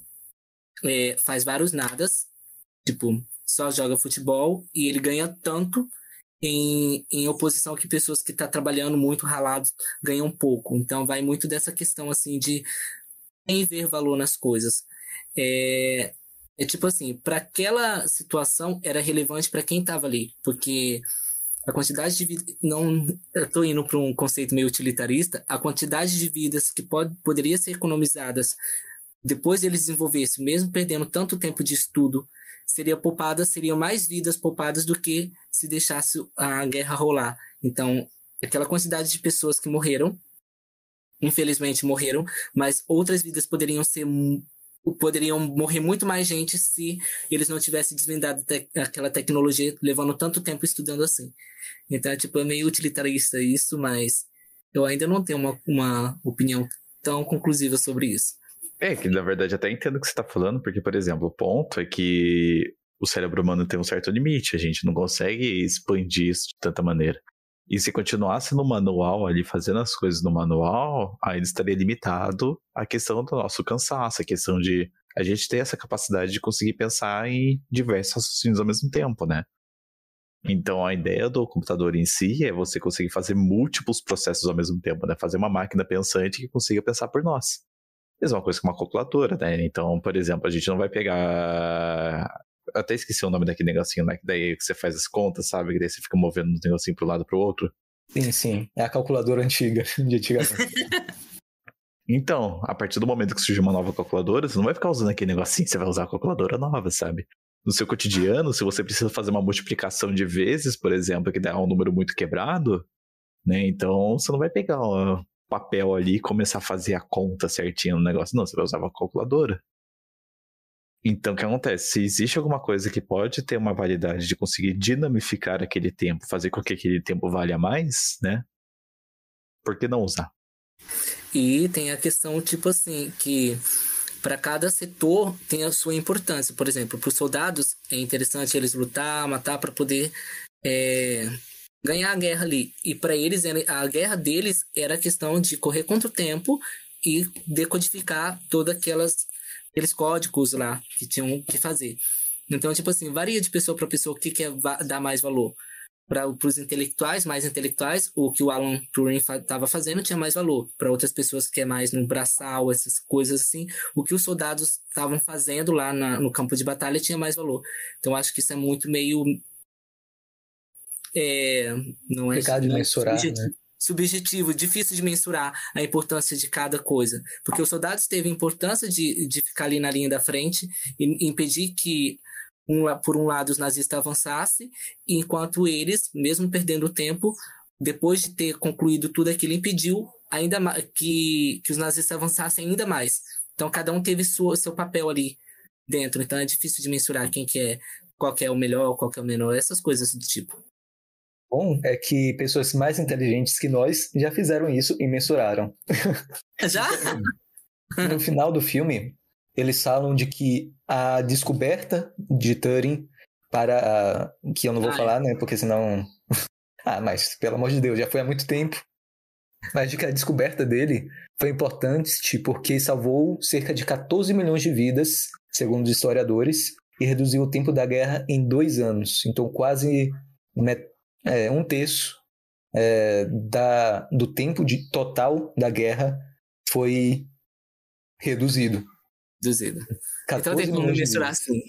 C: é, faz vários nadas, tipo, só joga futebol e ele ganha tanto em, em oposição que pessoas que estão tá trabalhando muito ralado ganham pouco. Então vai muito dessa questão assim de em ver valor nas coisas. É, é tipo assim, para aquela situação era relevante para quem estava ali, porque a quantidade de vidas, não, eu tô indo para um conceito meio utilitarista, a quantidade de vidas que pode, poderia ser economizadas depois deles desenvolvessem, mesmo perdendo tanto tempo de estudo, seria poupada, seriam mais vidas poupadas do que se deixasse a guerra rolar. Então, aquela quantidade de pessoas que morreram, infelizmente morreram, mas outras vidas poderiam ser poderiam morrer muito mais gente se eles não tivessem desvendado te- aquela tecnologia, levando tanto tempo estudando assim. Então, tipo, é meio utilitarista isso, mas eu ainda não tenho uma, uma opinião tão conclusiva sobre isso.
B: É, que na verdade até entendo o que você está falando, porque, por exemplo, o ponto é que o cérebro humano tem um certo limite, a gente não consegue expandir isso de tanta maneira. E se continuasse no manual ali, fazendo as coisas no manual, aí ele estaria limitado à questão do nosso cansaço, a questão de a gente ter essa capacidade de conseguir pensar em diversos raciocínios ao mesmo tempo, né? Então a ideia do computador em si é você conseguir fazer múltiplos processos ao mesmo tempo, né? Fazer uma máquina pensante que consiga pensar por nós. Mesma coisa que uma calculadora, né? Então, por exemplo, a gente não vai pegar... Eu até esqueci o nome daquele negocinho, né? Daí que você faz as contas, sabe? Que daí você fica movendo o negocinho pro lado pro outro.
A: Sim, sim. É a calculadora antiga, de antigamente.
B: Então, a partir do momento que surge uma nova calculadora, você não vai ficar usando aquele negocinho, você vai usar a calculadora nova, sabe? No seu cotidiano, se você precisa fazer uma multiplicação de vezes, por exemplo, que dá um número muito quebrado, né? Então, você não vai pegar um papel ali e começar a fazer a conta certinho no negócio. Não, você vai usar uma calculadora. Então, o que acontece? Se existe alguma coisa que pode ter uma validade de conseguir dinamificar aquele tempo, fazer com que aquele tempo valha mais, né? Por que não usar?
C: E tem a questão, tipo assim, que para cada setor tem a sua importância. Por exemplo, para os soldados é interessante eles lutar, matar para poder é, ganhar a guerra ali. E para eles, a guerra deles era a questão de correr contra o tempo e decodificar todos aquelas aqueles códigos lá que tinham que fazer. Então, tipo assim, varia de pessoa para pessoa o que quer dar mais valor. Para os intelectuais, mais intelectuais, o que o Alan Turing estava fa- fazendo tinha mais valor. Para outras pessoas que é mais no braçal, essas coisas assim, o que os soldados estavam fazendo lá na, no campo de batalha tinha mais valor. Então, acho que isso é muito meio... É, não é,
A: Complicado de
C: não é
A: mensurar, né?
C: subjetivo, subjetivo, difícil de mensurar a importância de cada coisa. Porque os soldados teve a importância de, de ficar ali na linha da frente e impedir que, um, por um lado, os nazistas avançassem, enquanto eles, mesmo perdendo tempo, depois de ter concluído tudo aquilo, impediu ainda mais, que, que os nazistas avançassem ainda mais. Então, cada um teve sua, seu papel ali dentro. Então, é difícil de mensurar quem que é, qual que é o melhor, qual que é o menor, essas coisas do tipo.
A: Bom é que pessoas mais inteligentes que nós já fizeram isso e mensuraram.
C: Já?
A: No final do filme, eles falam de que a descoberta de Turing para... a- que eu não vou
C: Ah,
A: falar, né? Porque senão... ah, mas pelo amor de Deus, já foi há muito tempo. Mas de que a descoberta dele foi importante porque salvou cerca de catorze milhões de vidas, segundo os historiadores, e reduziu o tempo da guerra em dois anos. Então, quase met- é, um terço é, da, do tempo de, total da guerra foi reduzido.
C: reduzido. Então tem
A: catorze
C: como
A: milhões de
C: mensurar
A: vidas.
C: assim.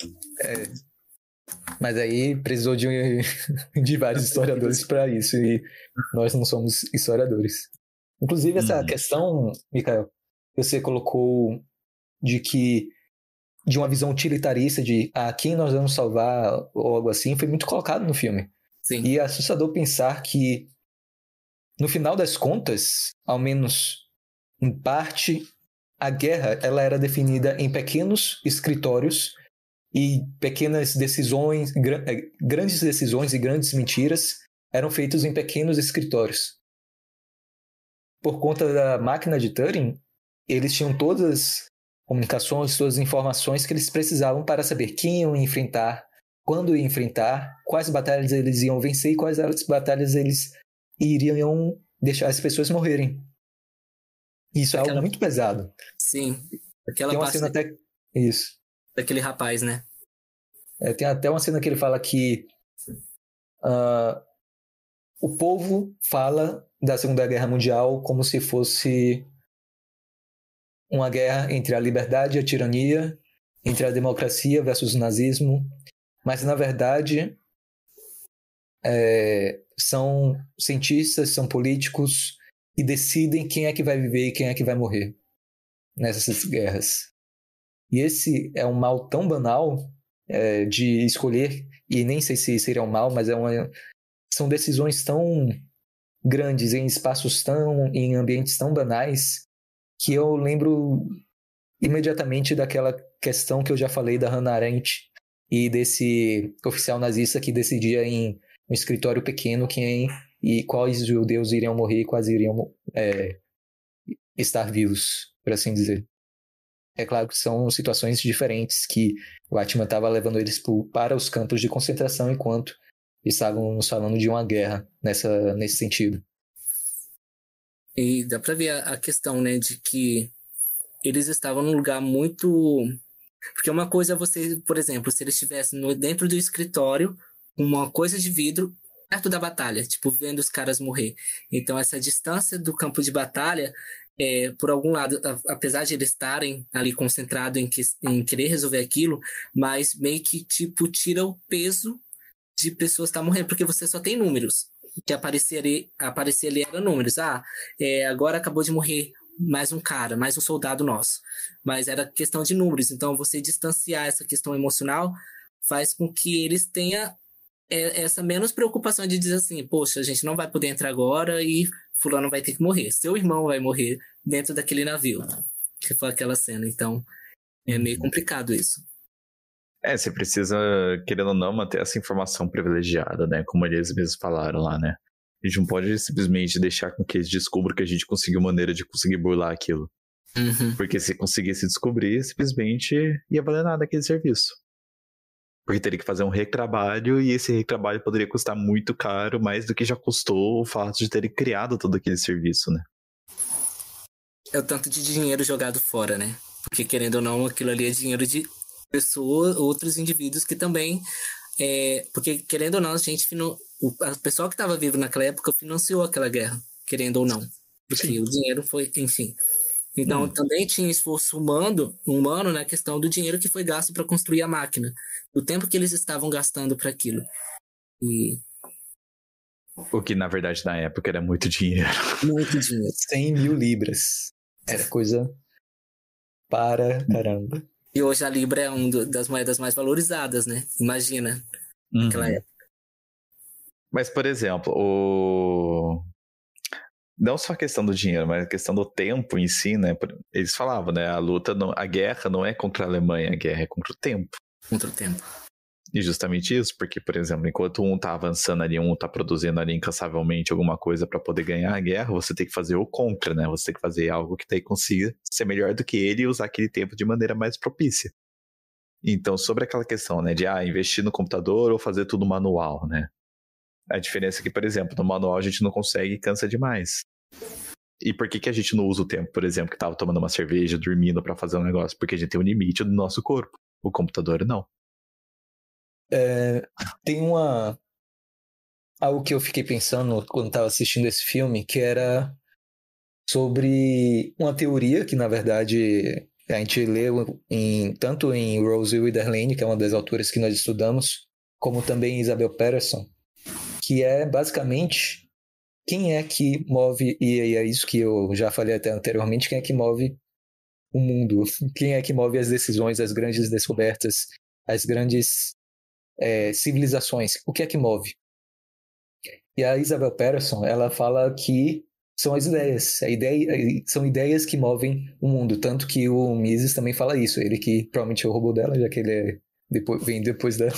A: Mas aí precisou de, de vários historiadores para isso, e nós não somos historiadores. Inclusive, essa
B: Uhum.
A: questão, Mikael, que você colocou de que de uma visão utilitarista de a ah, quem nós vamos salvar ou algo assim, foi muito colocado no filme.
C: Sim.
A: E é assustador pensar que, no final das contas, ao menos em parte, a guerra ela era definida em pequenos escritórios e pequenas decisões, gra- grandes decisões e grandes mentiras eram feitos em pequenos escritórios. Por conta da máquina de Turing, eles tinham todas as comunicações, todas as informações que eles precisavam para saber quem iam enfrentar, quando iam enfrentar, quais batalhas eles iam vencer e quais as batalhas eles iriam deixar as pessoas morrerem. Isso é
C: Aquela...
A: algo muito pesado.
C: Sim. Aquela
A: Tem uma
C: parte
A: cena até... Isso.
C: daquele rapaz, né?
A: É, tem até uma cena que ele fala que uh, o povo fala da Segunda Guerra Mundial como se fosse uma guerra entre a liberdade e a tirania, entre a democracia versus o nazismo, mas na verdade é, são cientistas, são políticos e decidem quem é que vai viver e quem é que vai morrer nessas guerras. E esse é um mal tão banal é, de escolher, e nem sei se seria um mal, mas é uma, são decisões tão grandes em espaços tão, em ambientes tão banais, que eu lembro imediatamente daquela questão que eu já falei da Hannah Arendt e desse oficial nazista que decidia em um escritório pequeno quem e quais judeus iriam morrer e quais iriam é, estar vivos, por assim dizer. É claro que são situações diferentes que o Atman estava levando eles para os campos de concentração enquanto estávamos falando de uma guerra nessa, nesse sentido.
C: E dá pra ver a, a questão, né, de que eles estavam num lugar muito... Porque uma coisa é você, por exemplo, se eles estivessem no, dentro do escritório, uma coisa de vidro, perto da batalha, tipo, vendo os caras morrer. Então, essa distância do campo de batalha, é, por algum lado, a, apesar de eles estarem ali concentrados em, que, em querer resolver aquilo, mas meio que, tipo, tira o peso de pessoas que estão morrendo, porque você só tem números. O que aparecia ali, aparecia ali eram números. Ah, é, agora acabou de morrer mais um cara, mais um soldado nosso. Mas era questão de números. Então, você distanciar essa questão emocional faz com que eles tenham é, essa menos preocupação de dizer assim, poxa, a gente não vai poder entrar agora e fulano vai ter que morrer. Seu irmão vai morrer dentro daquele navio. Que foi aquela cena. Então, é meio complicado isso.
B: É, você precisa, querendo ou não, manter essa informação privilegiada, né? Como eles mesmos falaram lá, né? A gente não pode simplesmente deixar com que eles descubram que a gente conseguiu maneira de conseguir burlar aquilo.
C: Uhum.
B: Porque se conseguisse descobrir, simplesmente ia valer nada aquele serviço. Porque teria que fazer um retrabalho e esse retrabalho poderia custar muito caro, mais do que já custou o fato de terem criado todo aquele serviço, né?
C: É o tanto de dinheiro jogado fora, né? Porque, querendo ou não, aquilo ali é dinheiro de pessoas, outros indivíduos que também... É, porque, querendo ou não, a gente... Finan... O pessoal que estava vivo naquela época financiou aquela guerra, querendo ou não. Porque Sim. o dinheiro foi... Enfim... Então, hum. também tinha esforço humano, humano na questão do dinheiro que foi gasto para construir a máquina. Do tempo que eles estavam gastando para aquilo. E...
B: O que, na verdade, na época era muito dinheiro.
C: Muito dinheiro.
A: cem mil libras. Era coisa para caramba.
C: E hoje a libra é uma das moedas mais valorizadas, né? Imagina,
B: uhum.
C: naquela época.
B: Mas, por exemplo, o... não só a questão do dinheiro, mas a questão do tempo em si, né? Eles falavam, né? A luta, não, a guerra não é contra a Alemanha, a guerra é contra o tempo.
C: Contra o tempo.
B: E justamente isso, porque, por exemplo, enquanto um tá avançando ali, um tá produzindo ali incansavelmente alguma coisa para poder ganhar a guerra, você tem que fazer o contra, né? Você tem que fazer algo que daí consiga ser melhor do que ele e usar aquele tempo de maneira mais propícia. Então, sobre aquela questão, né? De, ah, investir no computador ou fazer tudo manual, né? A diferença é que, por exemplo, no manual a gente não consegue e cansa demais. E por que, que a gente não usa o tempo, por exemplo, que tava tomando uma cerveja, dormindo para fazer um negócio? Porque a gente tem um limite do nosso corpo. O computador não.
A: É, tem uma... algo que eu fiquei pensando quando estava assistindo esse filme, que era sobre uma teoria que, na verdade, a gente leu em, tanto em Rose Widerlane, que é uma das autoras que nós estudamos, como também em Isabel Peterson, que é basicamente quem é que move, e é isso que eu já falei até anteriormente, quem é que move o mundo, quem é que move as decisões, as grandes descobertas, as grandes é, civilizações, o que é que move? E a Isabel Peterson, ela fala que são as ideias, a ideia, são ideias que movem o mundo, tanto que o Mises também fala isso, ele que provavelmente é o robô dela, já que ele é depois, vem depois dela.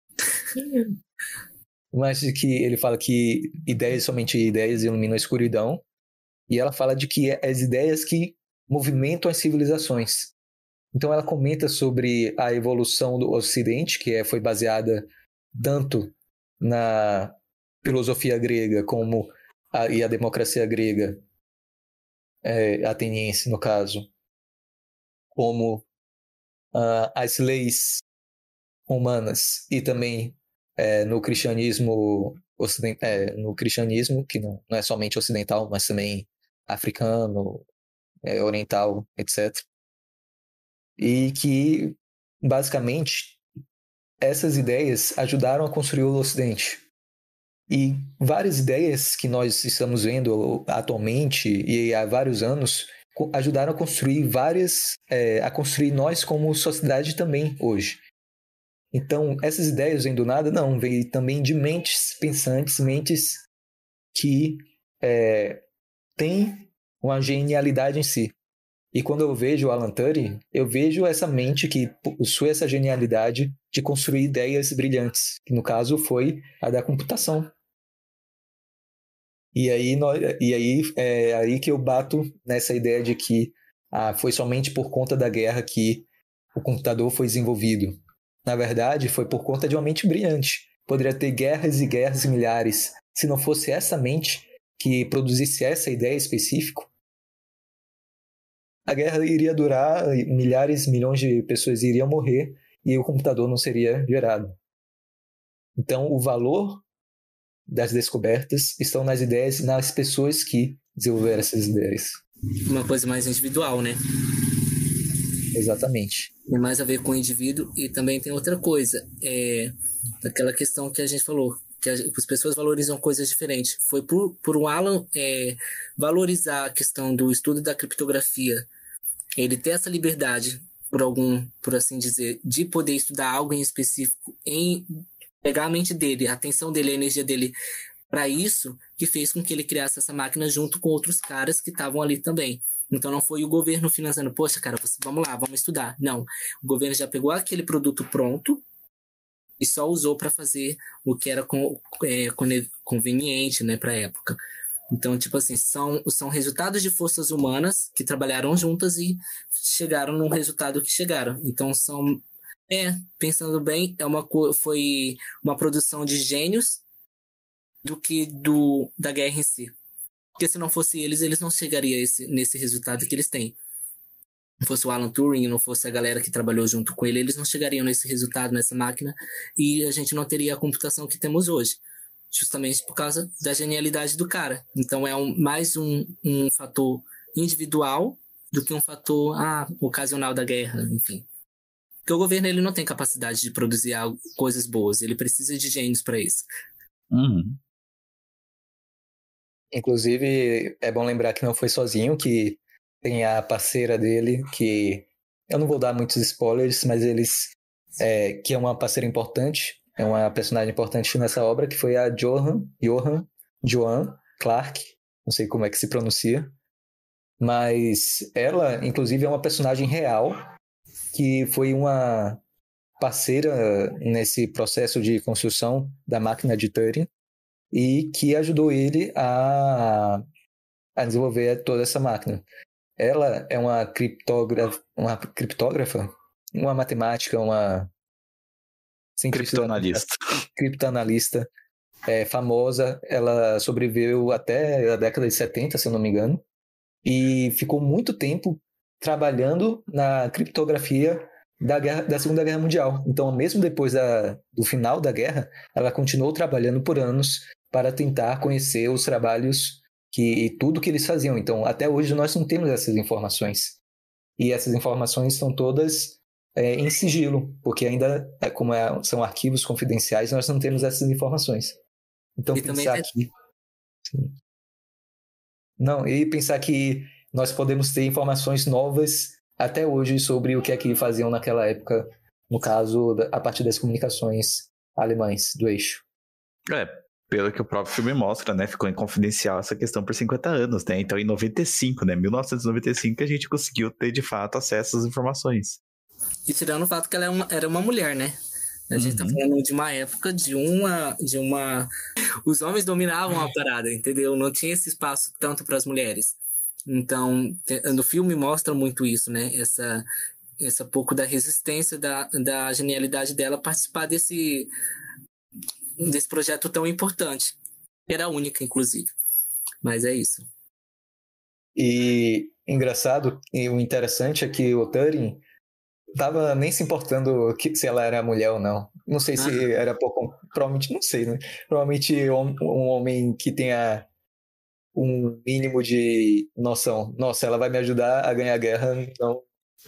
A: Mas que ele fala que ideias, somente ideias iluminam a escuridão, e ela fala de que é as ideias que movimentam as civilizações. Então ela comenta sobre a evolução do Ocidente, que é, foi baseada tanto na filosofia grega como a, e a democracia grega, é, ateniense no caso, como uh, as leis romanas e também é, no cristianismo ocident... é, no cristianismo que não, não é somente ocidental, mas também africano, é, oriental, etcétera. E que basicamente essas ideias ajudaram a construir o Ocidente. E várias ideias que nós estamos vendo atualmente e há vários anos ajudaram a construir várias, é, a construir nós como sociedade também hoje. Então, essas ideias vêm do nada? Não, vêm também de mentes pensantes, mentes que é, têm uma genialidade em si. E quando eu vejo o Alan Turing, eu vejo essa mente que possui essa genialidade de construir ideias brilhantes, que no caso foi a da computação. E aí, nós, e aí é aí que eu bato nessa ideia de que ah, foi somente por conta da guerra que o computador foi desenvolvido. Na verdade, foi por conta de uma mente brilhante. Poderia ter guerras e guerras e milhares. Se não fosse essa mente que produzisse essa ideia específica, a guerra iria durar, milhares, milhões de pessoas iriam morrer e o computador não seria gerado. Então, o valor das descobertas estão nas ideias e nas pessoas que desenvolveram essas ideias.
C: Uma coisa mais individual, né?
A: Exatamente.
C: Tem mais a ver com o indivíduo e também tem outra coisa. É aquela questão que a gente falou, que as pessoas valorizam coisas diferentes. Foi por, por o Alan é, valorizar a questão do estudo da criptografia, ele ter essa liberdade, por algum, por assim dizer, de poder estudar algo em específico, em pegar a mente dele, a atenção dele, a energia dele para isso, que fez com que ele criasse essa máquina junto com outros caras que estavam ali também. Então não foi o governo financiando, poxa, cara, vamos lá, vamos estudar. Não, o governo já pegou aquele produto pronto e só usou para fazer o que era com, é, conveniente, né, para a época. Então, tipo assim, são, são resultados de forças humanas que trabalharam juntas e chegaram no resultado que chegaram. Então, são É, pensando bem, é uma, co- foi uma produção de gênios do que do, da guerra em si. Porque se não fosse eles, eles não chegariam a esse, nesse resultado que eles têm. Não fosse o Alan Turing, não fosse a galera que trabalhou junto com ele, eles não chegariam nesse resultado, nessa máquina, e a gente não teria a computação que temos hoje. Justamente por causa da genialidade do cara. Então é um, mais um, um fator individual do que um fator ah, ocasional da guerra, enfim. Porque o governo ele não tem capacidade de produzir algo, coisas boas, ele precisa de gênios para isso.
B: Uhum.
A: Inclusive, é bom lembrar que não foi sozinho, que tem a parceira dele, que eu não vou dar muitos spoilers, mas eles é, que é uma parceira importante, é uma personagem importante nessa obra, que foi a Johan, Johan, Joan Clark, não sei como é que se pronuncia, mas ela, inclusive, é uma personagem real, que foi uma parceira nesse processo de construção da máquina de Turing, e que ajudou ele a, a desenvolver toda essa máquina. Ela é uma criptógrafa, uma criptógrafa, uma matemática, uma
B: Criptoanalista.
A: criptoanalista é, famosa. Ela sobreviveu até a década de setenta, se eu não me engano, e ficou muito tempo trabalhando na criptografia da, guerra, da Segunda Guerra Mundial. Então, mesmo depois da, do final da guerra, ela continuou trabalhando por anos para tentar conhecer os trabalhos que, e tudo que eles faziam. Então, até hoje nós não temos essas informações. E essas informações estão todas é, em sigilo, porque ainda, é, como é, são arquivos confidenciais, nós não temos essas informações. Então,
C: E
A: pensar
C: também
A: que... Sim. Não, e pensar que nós podemos ter informações novas até hoje sobre o que é que faziam naquela época, no caso, a partir das comunicações alemães do eixo.
B: É, pelo que o próprio filme mostra, né? Ficou em confidencial essa questão por cinquenta anos, né? Então, em noventa e cinco, né? mil novecentos e noventa e cinco, a gente conseguiu ter, de fato, acesso às informações.
C: E tirando o fato que ela é uma, era uma mulher, né? A gente tá
B: Uhum.
C: falando de uma época de uma, de uma... Os homens dominavam a parada, entendeu? Não tinha esse espaço tanto para as mulheres. Então, no filme mostra muito isso, né? Essa, essa pouco da resistência, da, da genialidade dela participar desse, desse projeto tão importante. Era única, inclusive. Mas é isso.
A: E engraçado, e o interessante é que o Turing tava nem se importando que, se ela era mulher ou não. Não sei se
C: Ah.
A: era pouco... Provavelmente, não sei, né? Provavelmente um, um homem que tenha um mínimo de noção. Nossa, ela vai me ajudar a ganhar a guerra, não...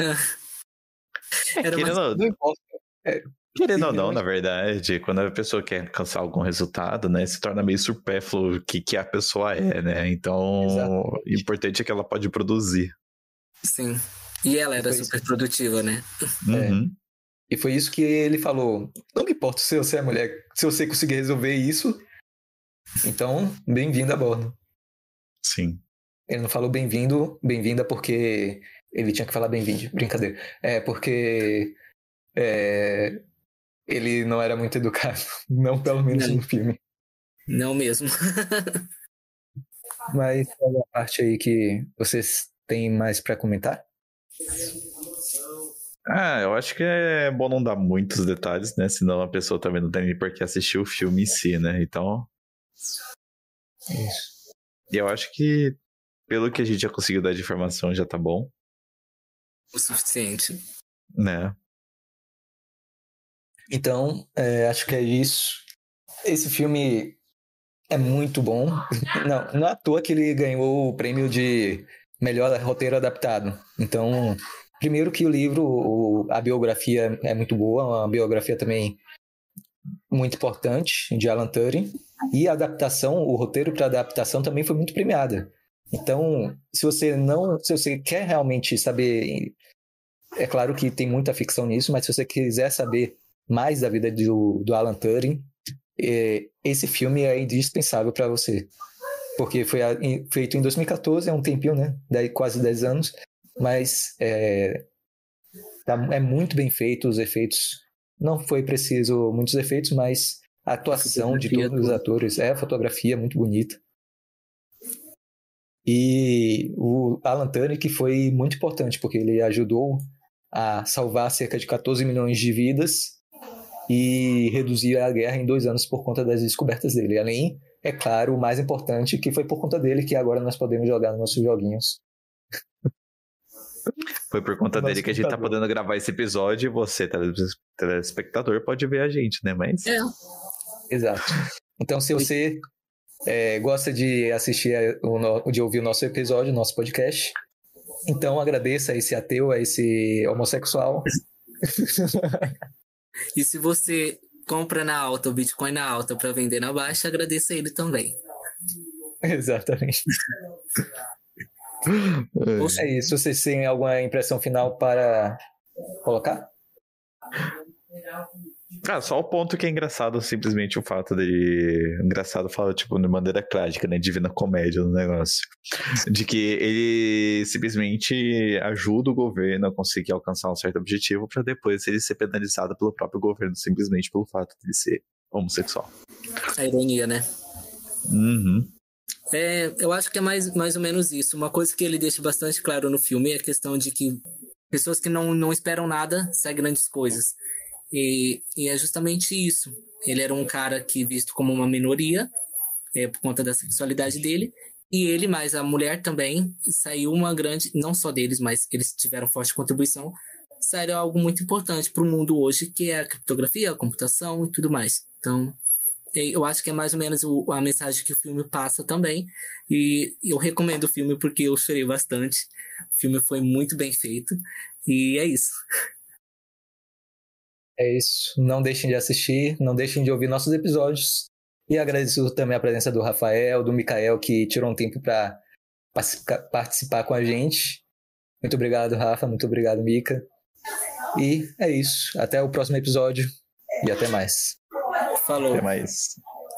C: Era mais...
B: Querendo,
A: Não importa. É,
B: querendo ou não, na verdade, quando a pessoa quer alcançar algum resultado, né? Se torna meio supérfluo o que, que a pessoa é, né? Então, o importante é que ela pode produzir.
C: Sim. E ela era super isso. produtiva, né?
B: Uhum.
A: É. E foi isso que ele falou. Não me importa se você é mulher, se você conseguir resolver isso, então, bem-vindo a bordo.
B: Sim.
A: Ele não falou bem-vindo, bem-vinda porque ele tinha que falar bem-vindo. Brincadeira. É porque é, ele não era muito educado. Não, pelo menos
C: não.
A: no filme.
C: Não mesmo.
A: Mas qual a parte aí que vocês têm mais para comentar?
B: Ah, eu acho que é bom não dar muitos detalhes, né? Senão a pessoa também não tem nem por que assistir o filme em si, né? Então...
A: Isso.
B: E eu acho que, pelo que a gente já conseguiu dar de informação, já tá bom.
C: O suficiente.
B: Né?
A: Então, é, acho que é isso. Esse filme é muito bom. Não, não é à toa que ele ganhou o prêmio de melhor roteiro adaptado. Então... Primeiro que o livro, o, a biografia é muito boa, uma biografia também muito importante de Alan Turing, e a adaptação, o roteiro para adaptação também foi muito premiada. Então, se você não, se você quer realmente saber, é claro que tem muita ficção nisso, mas se você quiser saber mais da vida do, do Alan Turing, é, esse filme é indispensável para você, porque foi a, feito em dois mil e catorze, é um tempinho, né? Daí, quase dez anos. Mas é, é muito bem feito, os efeitos, não foi preciso muitos efeitos, mas a atuação a de todos tudo. Os atores, é a fotografia muito bonita. E o Alan Turing que foi muito importante, porque ele ajudou a salvar cerca de quatorze milhões de vidas e reduzir a guerra em dois anos por conta das descobertas dele. Além, é claro, o mais importante, que foi por conta dele que agora nós podemos jogar nos nossos joguinhos.
B: Foi por conta dele que a gente tá podendo gravar esse episódio e você, telespectador, pode ver a gente, né? Mas...
C: É.
A: Exato. Então, se você é, gosta de assistir, o, de ouvir o nosso episódio, o nosso podcast, então agradeça a esse ateu, a esse homossexual.
C: E se você compra na alta, o Bitcoin na alta para vender na baixa, agradeça a ele também.
A: Exatamente. É isso. Vocês têm alguma impressão final para colocar?
B: Ah, só o ponto que é engraçado, simplesmente o fato de... Engraçado fala, tipo, de maneira trágica, né? Divina comédia no negócio. De que ele simplesmente ajuda o governo a conseguir alcançar um certo objetivo para depois ele ser penalizado pelo próprio governo, simplesmente pelo fato de ele ser homossexual.
C: A ironia, né?
B: Uhum.
C: É, eu acho que é mais, mais ou menos isso. Uma coisa que ele deixa bastante claro no filme é a questão de que pessoas que não, não esperam nada saem grandes coisas. E, e é justamente isso. Ele era um cara que visto como uma minoria, é, por conta da sexualidade dele, e ele, mais a mulher também, saiu uma grande, não só deles, mas eles tiveram forte contribuição, saiu algo muito importante para o mundo hoje, que é a criptografia, a computação e tudo mais. Então, eu acho que é mais ou menos o, a mensagem que o filme passa também, e eu recomendo o filme porque eu chorei bastante. O filme foi muito bem feito, e é isso.
A: É isso. Não deixem de assistir, não deixem de ouvir nossos episódios. E agradeço também a presença do Rafael, do Mikael, que tirou um tempo para participar com a gente. Muito obrigado, Rafa. Muito obrigado, Mika. E é isso. Até o próximo episódio. E até mais.
C: Falou.
B: Até mais.